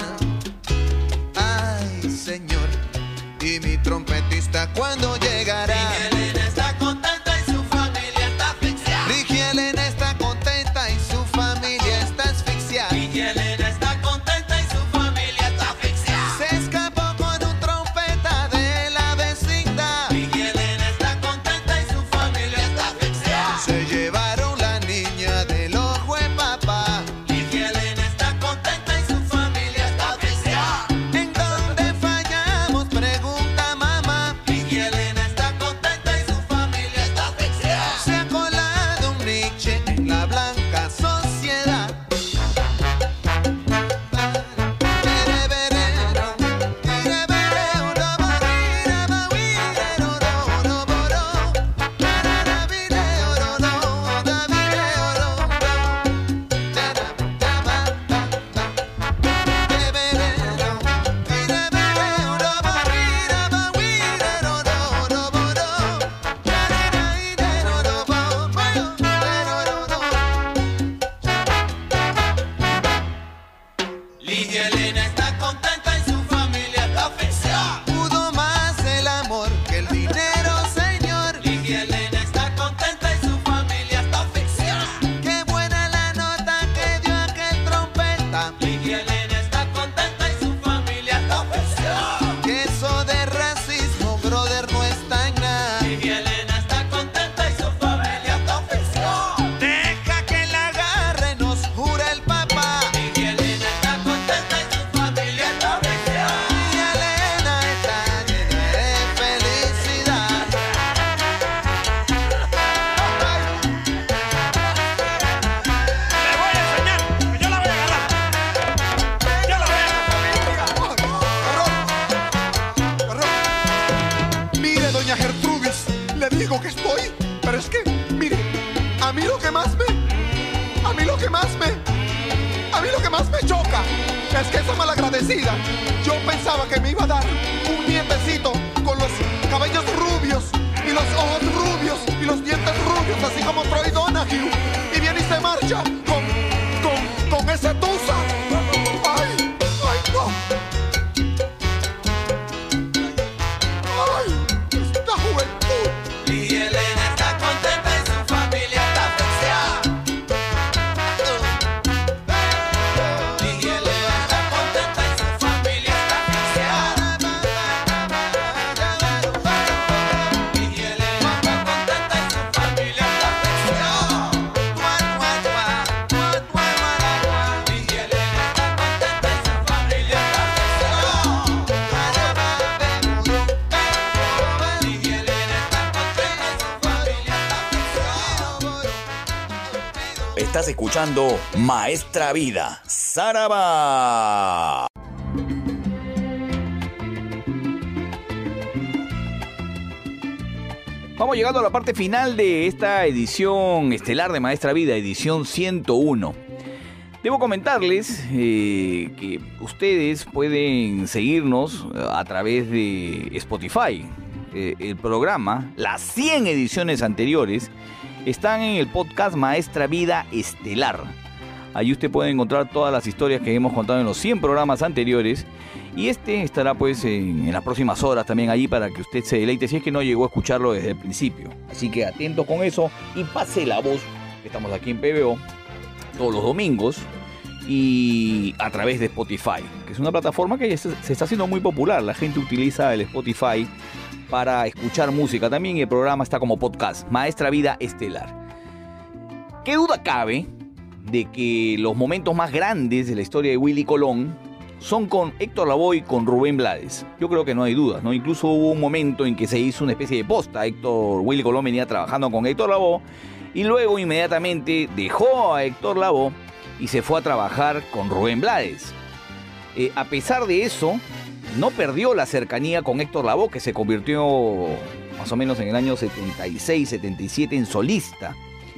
ay, Señor, ¿y mi trompetista cuándo llegará? Ligia Elena está contenta y su familia está asfixiada. Ligia Elena está contenta y su familia está asfixiada. Ligia Elena está contenta y su familia está asfixiada. Se escapó con un trompeta de la vecindad. Ligia Elena está contenta y su familia está asfixiada. Se llevaron la niña del ojo de papá. Ligia Elena está contenta y su familia está asfixiada. ¿En dónde fallamos?, pregunta mamá. Ligia Elena está contenta y su familia está asfixiada. Se ha colado un Nietzsche en la blanca sociedad. Ligia Elena está contenta y su familia está asfixiada. Pudo más el amor que el dinero, señor. Ligia Elena está contenta y su familia está asfixiada. Qué buena la nota que dio aquel trompeta. Ligia Elena está contenta y su familia está asfixiada. Que eso de racismo, brother, no está en nada. Ligia Elena está contenta y su familia está asfixiada. Deja que la agarre, nos jura el papá. Ligia Elena está contenta y su familia está asfixiada. Ligia Elena está llena de felicidad. Le voy a enseñar, que yo la voy a agarrar. Yo la voy a agarrar. Mire, doña Gertrudis, le digo que estoy, A mí lo que más me choca es que esa malagradecida, yo pensaba que me iba a dar un nietecito con los cabellos rubios y los ojos rubios y los dientes rubios, así como Troy Donahue, y viene y se marcha con ese tusa. Ay, no. Ay, esta juventud. Y Elena está contenta y su familia está asfixiada. Y Elena está contenta y su familia está asfixiada. Y Elena está contenta y su familia está asfixiada. Y Elena está contenta y su familia está Estás escuchando Maestra Vida, Saraba. Vamos llegando a la parte final de esta edición estelar de Maestra Vida, edición 101. Debo comentarles que ustedes pueden seguirnos a través de Spotify. El programa, las 100 ediciones anteriores, están en el podcast Maestra Vida Estelar. Allí usted puede encontrar todas las historias que hemos contado en los 100 programas anteriores. Y este estará pues en las próximas horas también allí para que usted se deleite si es que no llegó a escucharlo desde el principio. Así que atento con eso y pase la voz. Estamos aquí en PBO todos los domingos y a través de Spotify, que es una plataforma que se está haciendo muy popular. La gente utiliza el Spotify para escuchar música también y el programa está como podcast, Maestra Vida Estelar. ¿Qué duda cabe de que los momentos más grandes de la historia de Willy Colón son con Héctor Lavoe y con Rubén Blades? Yo creo que no hay dudas, ¿no? Incluso hubo un momento en que se hizo una especie de posta. Willy Colón venía trabajando con Héctor Lavoe y luego inmediatamente dejó a Héctor Lavoe y se fue a trabajar con Rubén Blades. A pesar de eso, no perdió la cercanía con Héctor Lavoe, que se convirtió más o menos en el año 76-77 en solista.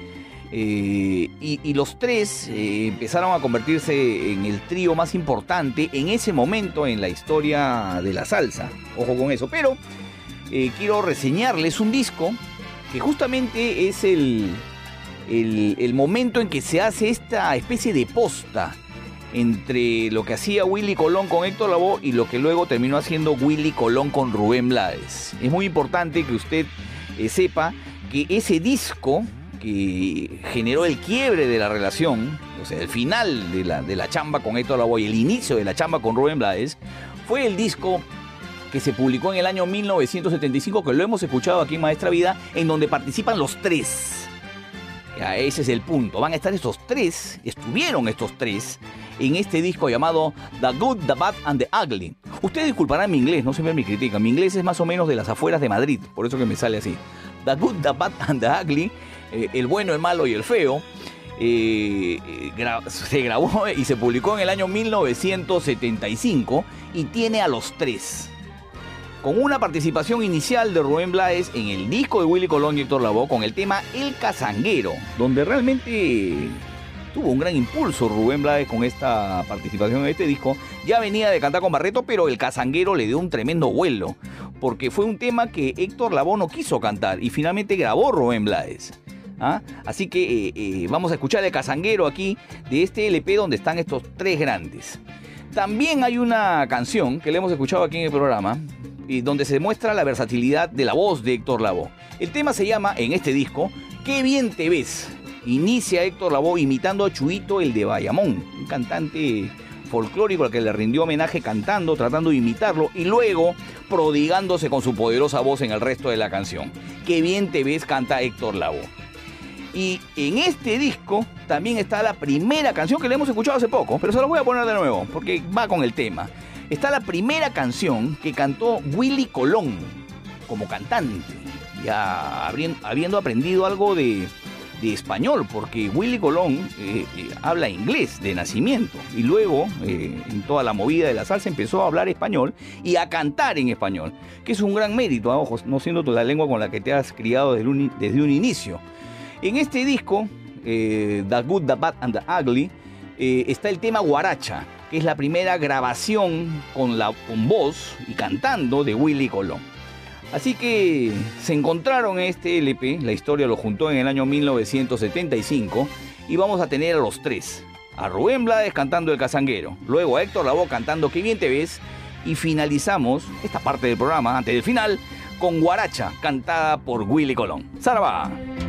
Y los tres empezaron a convertirse en el trío más importante en ese momento en la historia de la salsa. Ojo con eso. Pero quiero reseñarles un disco que justamente es el momento en que se hace esta especie de posta entre lo que hacía Willy Colón con Héctor Lavoe y lo que luego terminó haciendo Willy Colón con Rubén Blades. Es muy importante que usted sepa que ese disco que generó el quiebre de la relación, o sea, el final de la chamba con Héctor Lavoe y el inicio de la chamba con Rubén Blades, fue el disco que se publicó en el año 1975, que lo hemos escuchado aquí en Maestra Vida, en donde participan los tres. Ya, ese es el punto. Van a estar estuvieron estos tres en este disco llamado The Good, The Bad and The Ugly. Ustedes disculparán mi inglés, no siempre me critican. Mi inglés es más o menos de las afueras de Madrid, por eso que me sale así. The Good, The Bad and The Ugly, el bueno, el malo y el feo, se grabó y se publicó en el año 1975 y tiene a los tres, con una participación inicial de Rubén Blades en el disco de Willy Colón y Héctor Lavoe con el tema El Cazanguero, donde realmente tuvo un gran impulso Rubén Blades con esta participación en este disco. Ya venía de cantar con Barreto, pero El Cazanguero le dio un tremendo vuelo, porque fue un tema que Héctor Lavoe no quiso cantar y finalmente grabó Rubén Blades. Así que vamos a escuchar El Cazanguero aquí de este LP donde están estos tres grandes. También hay una canción que le hemos escuchado aquí en el programa donde se demuestra la versatilidad de la voz de Héctor Lavoe. El tema se llama, en este disco, Qué bien te ves. Inicia Héctor Lavoe imitando a Chuito el de Bayamón, un cantante folclórico al que le rindió homenaje cantando, tratando de imitarlo y luego prodigándose con su poderosa voz en el resto de la canción. Qué bien te ves, canta Héctor Lavoe. Y en este disco también está la primera canción que le hemos escuchado hace poco, pero se la voy a poner de nuevo porque va con el tema. Está la primera canción que cantó Willy Colón como cantante, ya habiendo aprendido algo de español, porque Willy Colón habla inglés de nacimiento y luego en toda la movida de la salsa empezó a hablar español y a cantar en español, que es un gran mérito, ojo, no siendo la lengua con la que te has criado desde un inicio. En este disco, The Good, The Bad and The Ugly, está el tema Guaracha, que es la primera grabación con voz y cantando de Willy Colón. Así que se encontraron en este LP, la historia lo juntó en el año 1975, y vamos a tener a los tres. A Rubén Blades cantando El Cazanguero, luego a Héctor Lavoe cantando Qué bien te ves, y finalizamos esta parte del programa, antes del final, con Guaracha, cantada por Willy Colón. ¡Zaraba!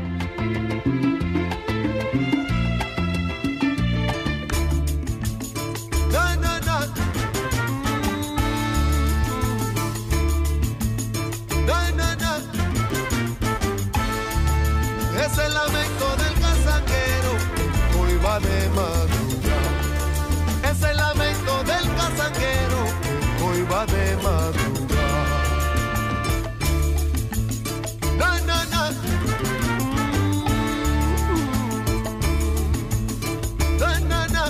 Es el lamento del cazanguero, hoy va de madrugada. Es el lamento del cazanguero, hoy va de madrugada. Na, na, na. Na, na, na.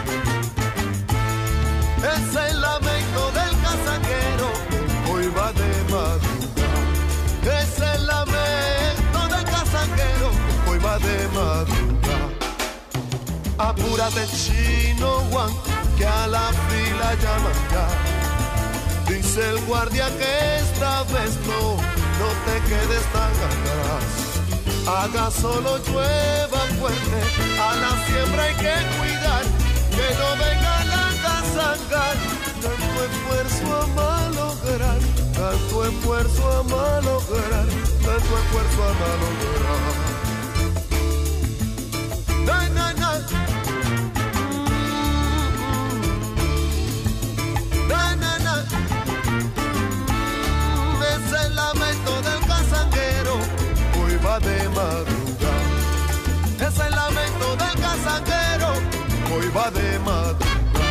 Es el lamento del cazanguero, hoy va de madrugada. Es el lamento del cazanguero, hoy va de madrugada. Apúrate, Chino Juan, que a la fila llaman ya. Dice el guardia que esta vez no te quedes tan atrás. Haga solo llueva fuerte, a la siembra hay que cuidar, que no venga la cazanga. Tanto esfuerzo a malograr, tanto esfuerzo a malograr, tanto esfuerzo a malograr. Na, na, na. Na, na, na. Es el lamento del cazanguero, hoy va de madrugada. Es el lamento del cazanguero, hoy va de madrugada.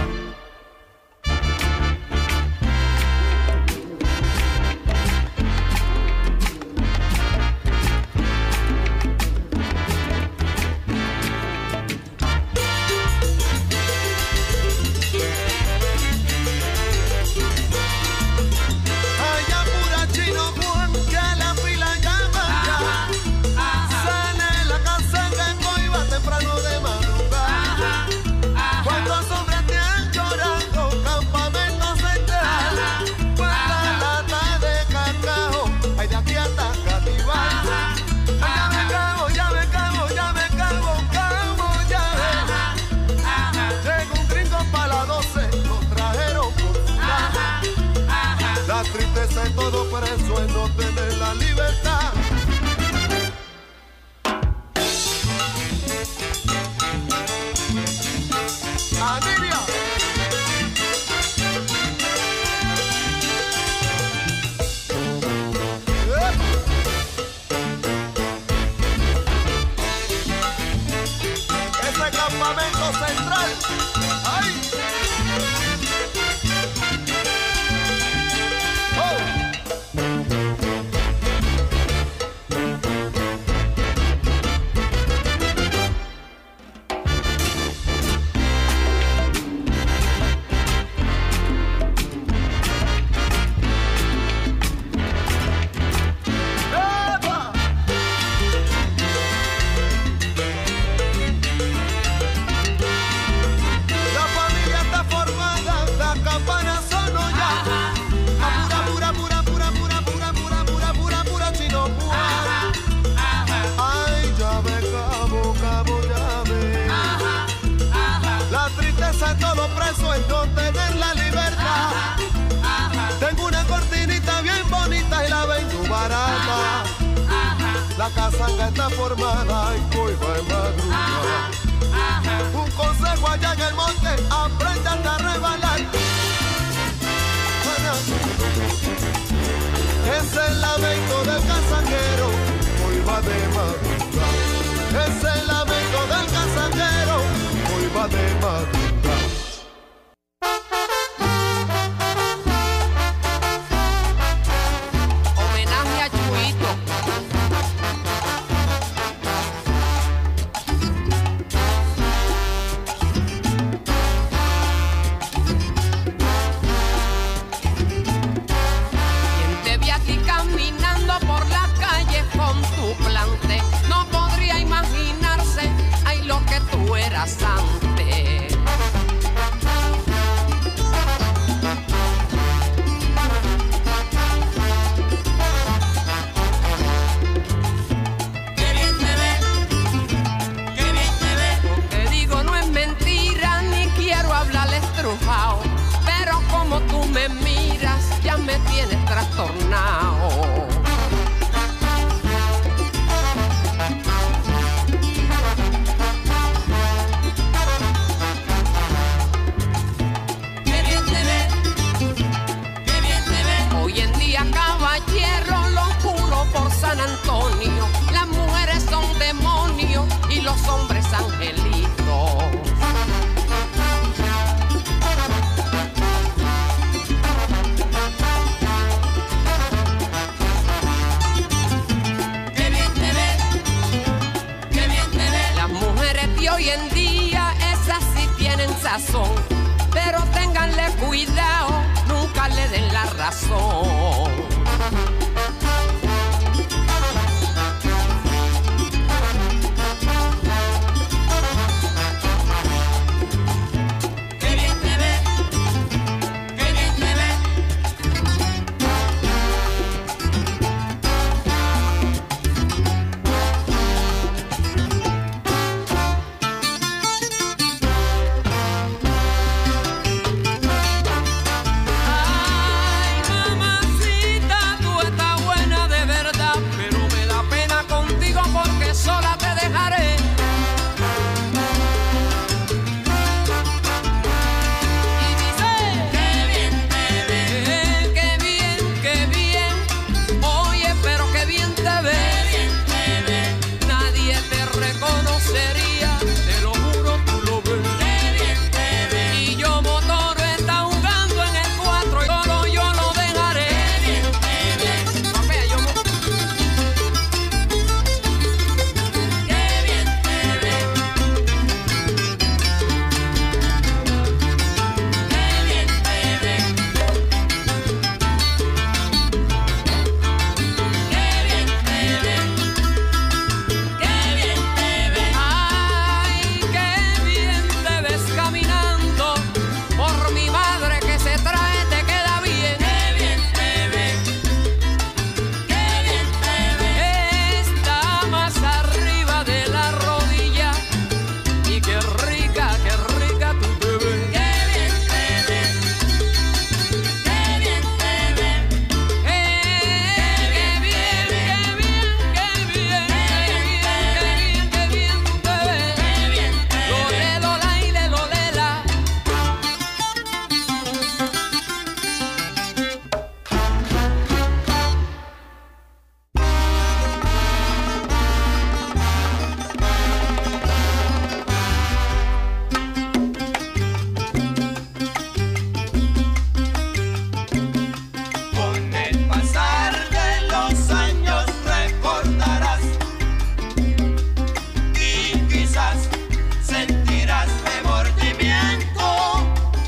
Todo preso es no tener la libertad. ¡Anilia! Ese campamento central. ¡Ay! Todo preso es no tener la libertad. Tengo una cortinita bien bonita y la vendo barata. La casanga está formada y hoy va en madrugada. Un consejo allá en el monte, aprendan a rebalar. Es el lamento del cazanguero, hoy va de madrugada. Es el lamento del cazanguero, hoy va de madrugada. Te vi aquí caminando por la calle con tu plante. me tienes trastornado. Qué bien te ves, qué bien te ves. Hoy en día, caballero, lo juro por San Antonio, las mujeres son demonios y los hombres angelitos. Qué bien te ves, qué bien te ves. Las mujeres de hoy en día, esas sí tienen sazón, pero ténganle cuidado, nunca le den la razón. Qué bien te ves, qué bien te ves. Ay, mamacita, tú estás buena de verdad, pero me da pena contigo porque sola te dejaré. Y dice, Qué bien te ves, qué bien, qué bien. Oye, pero qué bien te qué ves. bien te ves. Nadie te reconocería, te lo juro, tú lo ves. Qué bien te ves, Y yo motoro está jugando en el 4 y solo yo lo dejaré. qué bien te ves, Papea, yo mo- qué bien te ves. Qué bien te ves. Qué bien te ves. Qué bien te ves. Ay, qué bien te ves caminando. Por mi madre que se trae te queda bien. Qué bien te ves. Qué bien te ves. Está más arriba de la rodilla. Y qué rica tú te ves. Qué bien te ves. Qué bien te ves. Qué bien, qué bien, qué bien, qué bien, qué bien tú te ves. Qué bien te ves. Lole, lola y le lolela. Con el pasar de los años recordarás y quizás sentirás remordimiento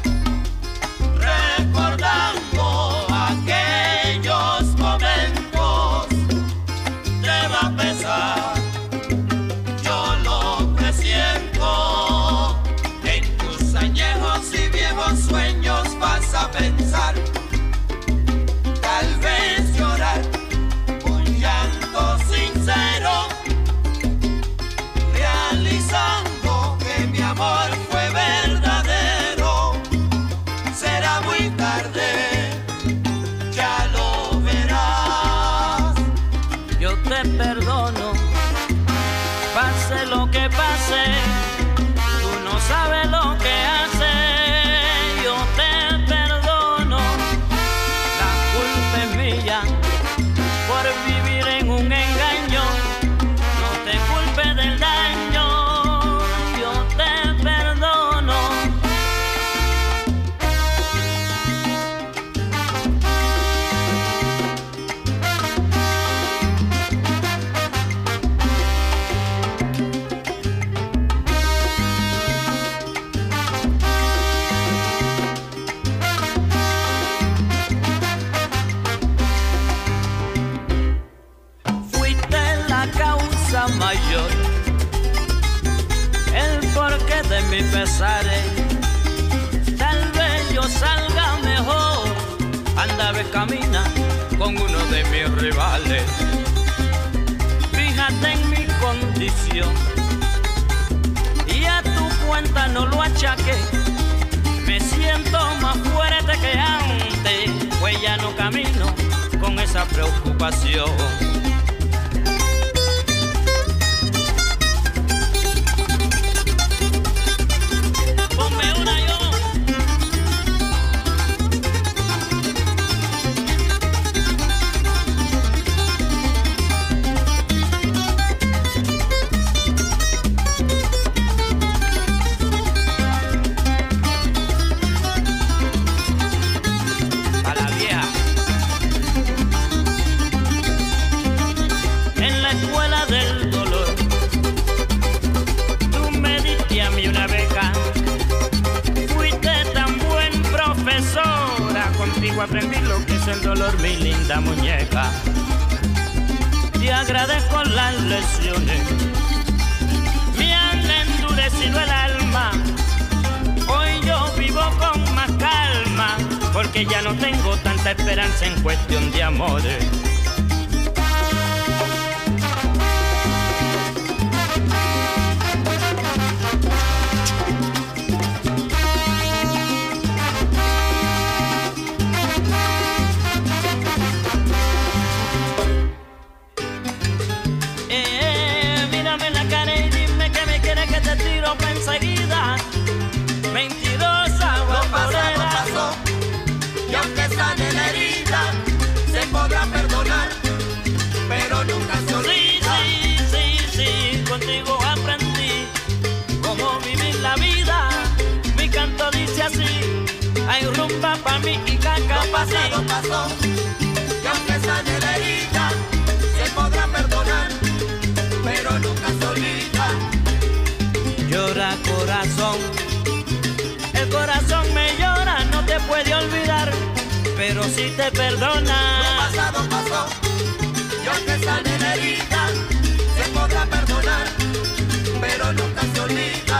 recordando aquellos momentos. Te va a pesar, yo lo presiento. En tus añejos y viejos sueños vas a pensar, tal vez llorar un llanto sincero, realizando que mi amor fue verdadero. Será muy tarde, ya lo verás. Yo te perdono, pase lo que pase, tú no sabes lo que haces. Yo te perdono, la culpa es mía por vivir en un engaño. No te culpes del daño, yo te perdono. Fuiste la causa mayor, el porqué de mis pesares. Tal vez yo salga mejor, anda, ve, camina con uno de mis rivales. Fíjate en mi condición y a tu cuenta no lo achaque. Me siento más fuerte que antes, pues ya no camino esa preocupación. Ponme una yo. A la vieja. En la escuela del dolor, tú me diste a mí una beca. Fuiste tan buen profesora, contigo aprendí lo que es el dolor, mi linda muñeca. Te agradezco las lecciones, me han endurecido el alma. Hoy yo vivo con más calma, porque ya no tengo tanta esperanza en cuestión de amores. Mírame en la cara y dime que me quieres, que te tiro pa' enseguida. Mentirosa, vaporera. Pasó, y aunque sane la herida, se podrá perdonar, pero nunca se olvida. Sí, contigo aprendí cómo vivir la vida. Mi canto dice así: hay rumba pa' mí y caca pa' ti. Lo pasado pasó, y aunque sane la herida, se podrá perdonar, pero nunca se olvida. Llora corazón, el corazón me llora, no te puede olvidar, pero si te perdona. Lo pasado pasó, y aunque sane la herida, se podrá perdonar, pero nunca se olvida.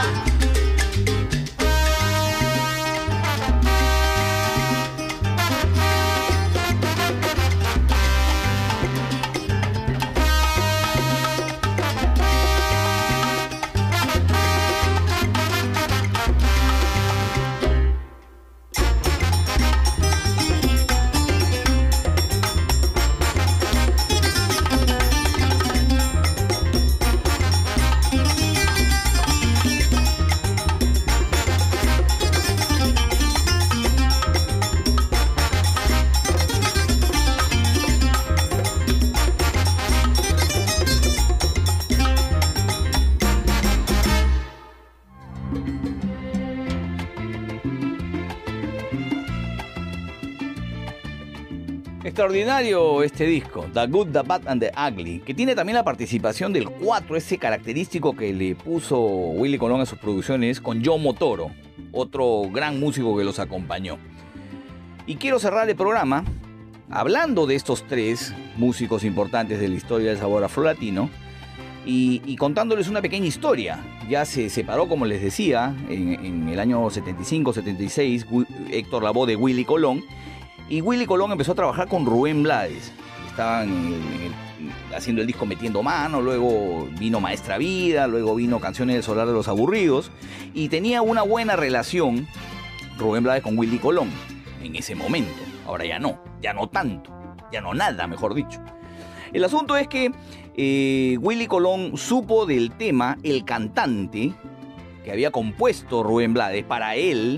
Extraordinario este disco, The Good, The Bad and The Ugly, que tiene también la participación del 4, ese característico que le puso Willy Colón a sus producciones, con Joe Motoro, otro gran músico que los acompañó. Y quiero cerrar el programa hablando de estos 3 músicos importantes de la historia del sabor afrolatino y contándoles una pequeña historia. Ya se separó, como les decía, en el año 75-76 Héctor Lavoe de Willy Colón. Y Willy Colón empezó a trabajar con Rubén Blades. Estaban haciendo el disco Metiendo Mano, luego vino Maestra Vida, luego vino Canciones del Solar de los Aburridos. Y tenía una buena relación Rubén Blades con Willy Colón en ese momento. Ahora ya no tanto, ya no nada, mejor dicho. El asunto es que Willy Colón supo del tema El Cantante, que había compuesto Rubén Blades para él,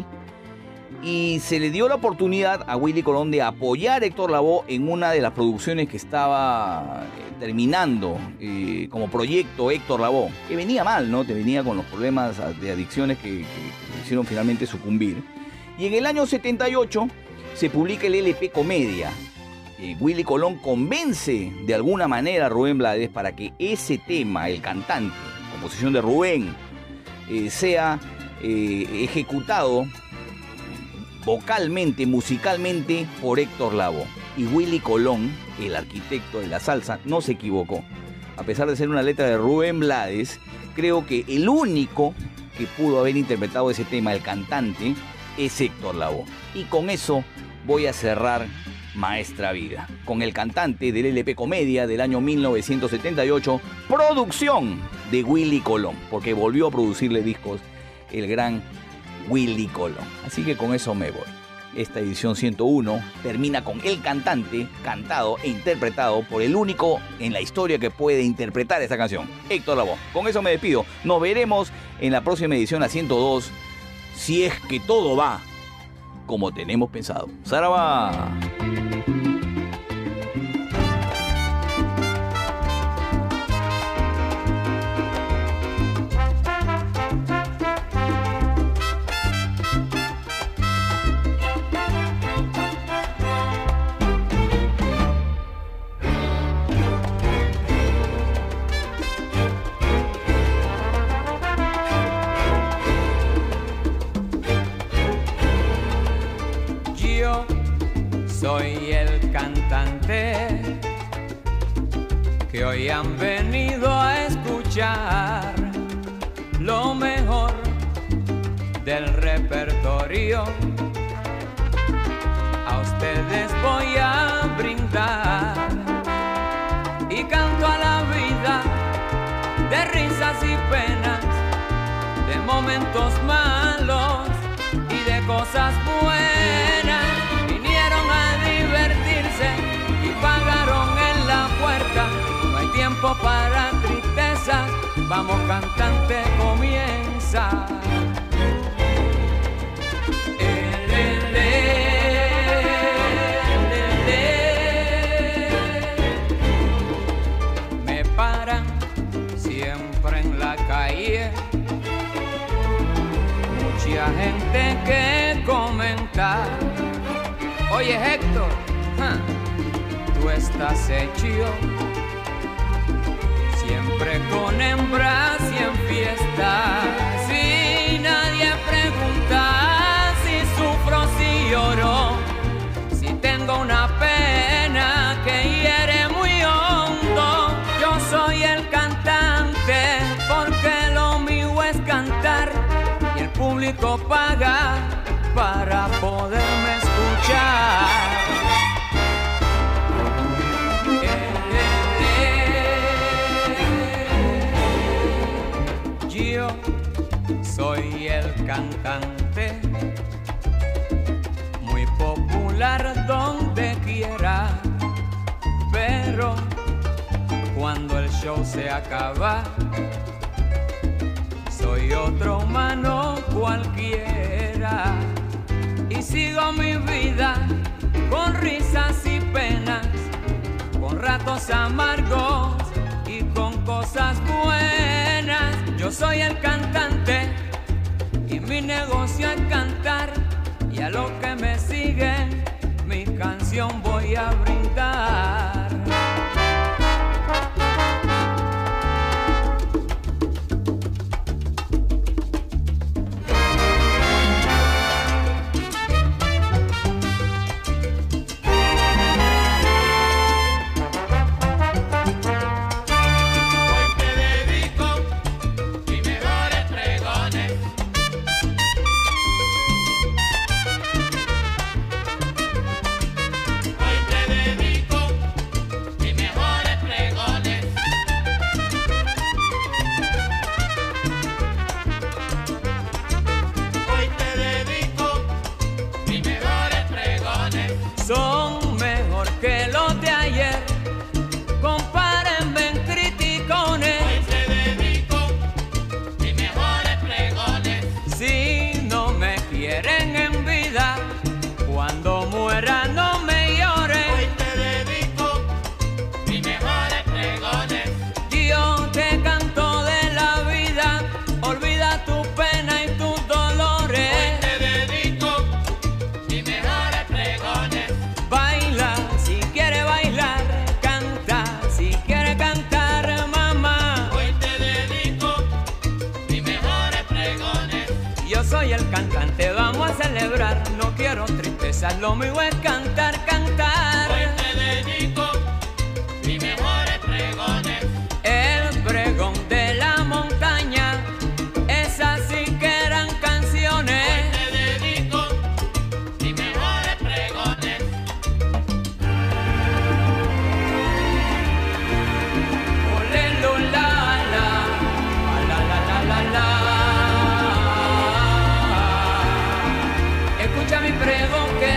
y se le dio la oportunidad a Willy Colón de apoyar a Héctor Lavoe en una de las producciones que estaba terminando como proyecto Héctor Lavoe, que venía mal, ¿no? Te venía con los problemas de adicciones que hicieron finalmente sucumbir. Y en el año 78 se publica el LP Comedia. Willy Colón convence de alguna manera a Rubén Blades para que ese tema, El Cantante, composición de Rubén, sea ejecutado vocalmente, musicalmente, por Héctor Lavoe. Y Willy Colón, el arquitecto de la salsa, no se equivocó. A pesar de ser una letra de Rubén Blades, creo que el único que pudo haber interpretado ese tema, El Cantante, es Héctor Lavoe. Y con eso voy a cerrar Maestra Vida, con El Cantante del LP Comedia del año 1978, producción de Willy Colón, porque volvió a producirle discos el gran Willy Colón. Así que con eso me voy. esta edición 101 termina con El Cantante, cantado e interpretado por el único en la historia que puede interpretar esta canción, Héctor Lavoe. Con eso me despido. Nos veremos en la próxima edición, la 102, si es que todo va como tenemos pensado. ¡Saraba! Soy el cantante que hoy han venido a escuchar lo mejor del repertorio. A ustedes voy a brindar y canto a la vida de risas y penas, de momentos malos y de cosas buenas. Y pagaron en la puerta, no hay tiempo para tristezas, vamos cantante, comienza. Me paran siempre en la calle, mucha gente que comentar. Oye Héctor, tú estás hecho siempre con hembras y en fiestas. Si nadie pregunta si sufro, si lloro, si tengo una pena que hiere muy hondo. Yo soy el cantante porque lo mío es cantar y el público paga para poderme escuchar. Yo soy el cantante, muy popular donde quiera, pero cuando el show se acaba, soy otro humano cualquiera. Y sigo mi vida con risas y penas, con ratos amargos y con cosas buenas. Yo soy el cantante y mi negocio es cantar, y a los que me siguen mi canción voy a brindar. Son mejor que los de ayer, compárenme en criticones. Hoy te dedico mis mejores pregones. Si no me quieren en vida, cuando muera no me lloren. Hoy te dedico mis mejores pregones. Yo te canto de la vida, olvida tu pena y tus dolores. Hoy te dedico mis mejores pregones. Baila si quiere bailar, canta si quiere cantar, mamá. Hoy te dedico mis mejores pregones. Yo soy el cantante, vamos a celebrar, no quiero tristezas, lo mío es cantar, cantar. Hoy te dedico mis mejores pregones. El pregón de la montaña, esas sí que eran canciones. Hoy te dedico mis mejores pregones. Escucha mi pregón que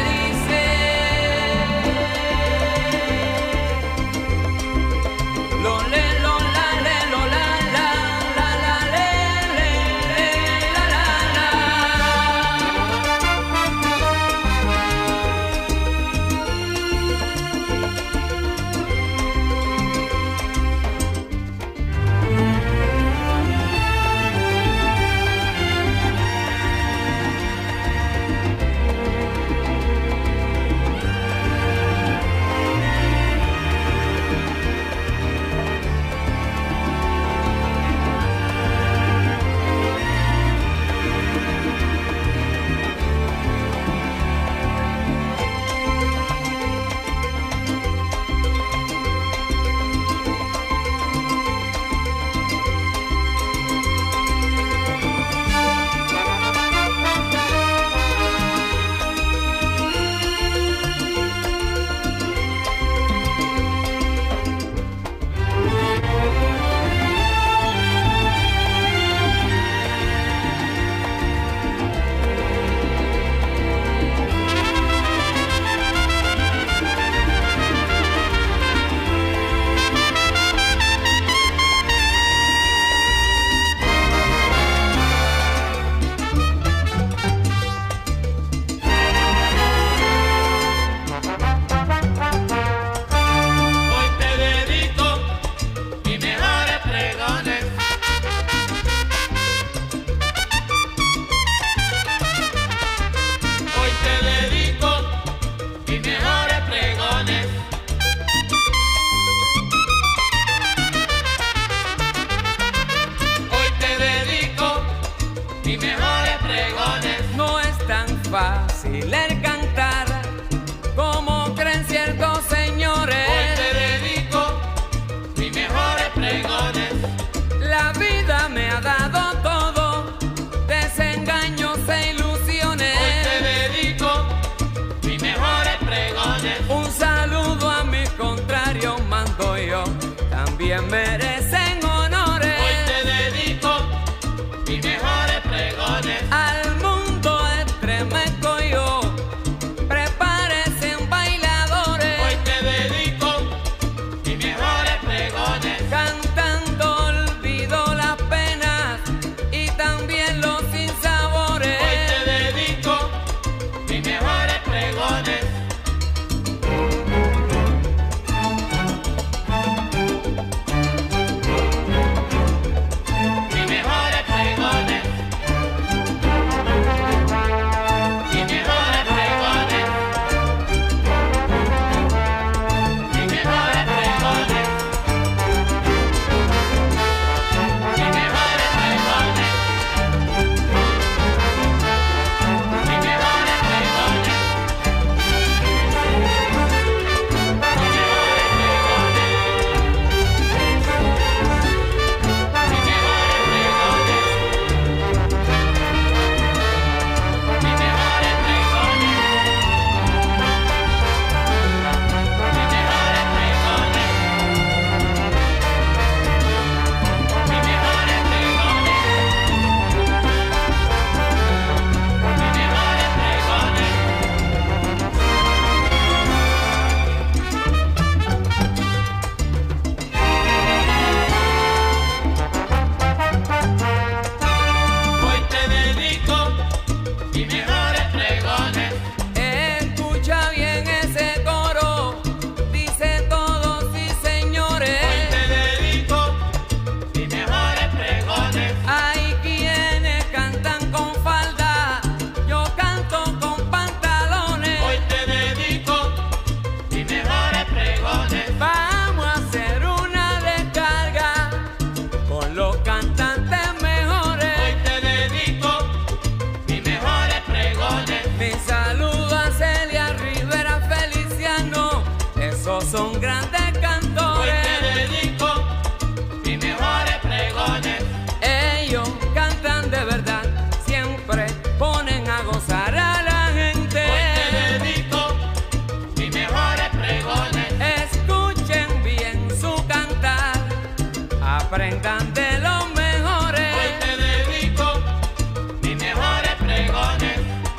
grandes cantores. Hoy te dedico mis mejores pregones. Ellos cantan de verdad, siempre ponen a gozar a la gente. Hoy te dedico mis mejores pregones. Escuchen bien su cantar, aprendan de los mejores. Hoy te dedico mis mejores pregones.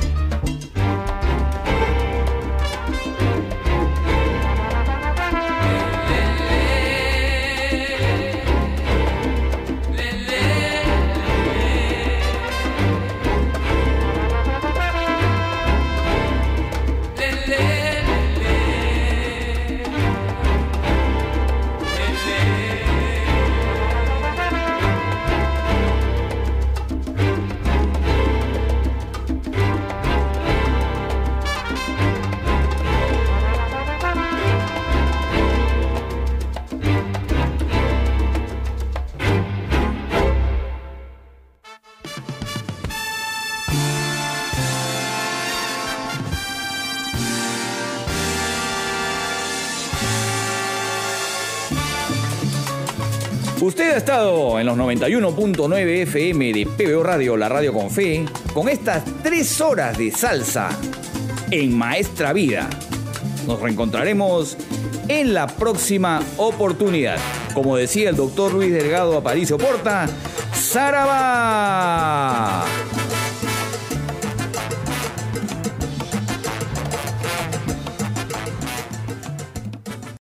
Usted ha estado en los 91.9 FM de PBO Radio, la radio con fe, con estas 3 horas de salsa en Maestra Vida. Nos reencontraremos en la próxima oportunidad. Como decía el doctor Luis Delgado Aparicio Porta, ¡Sarabá!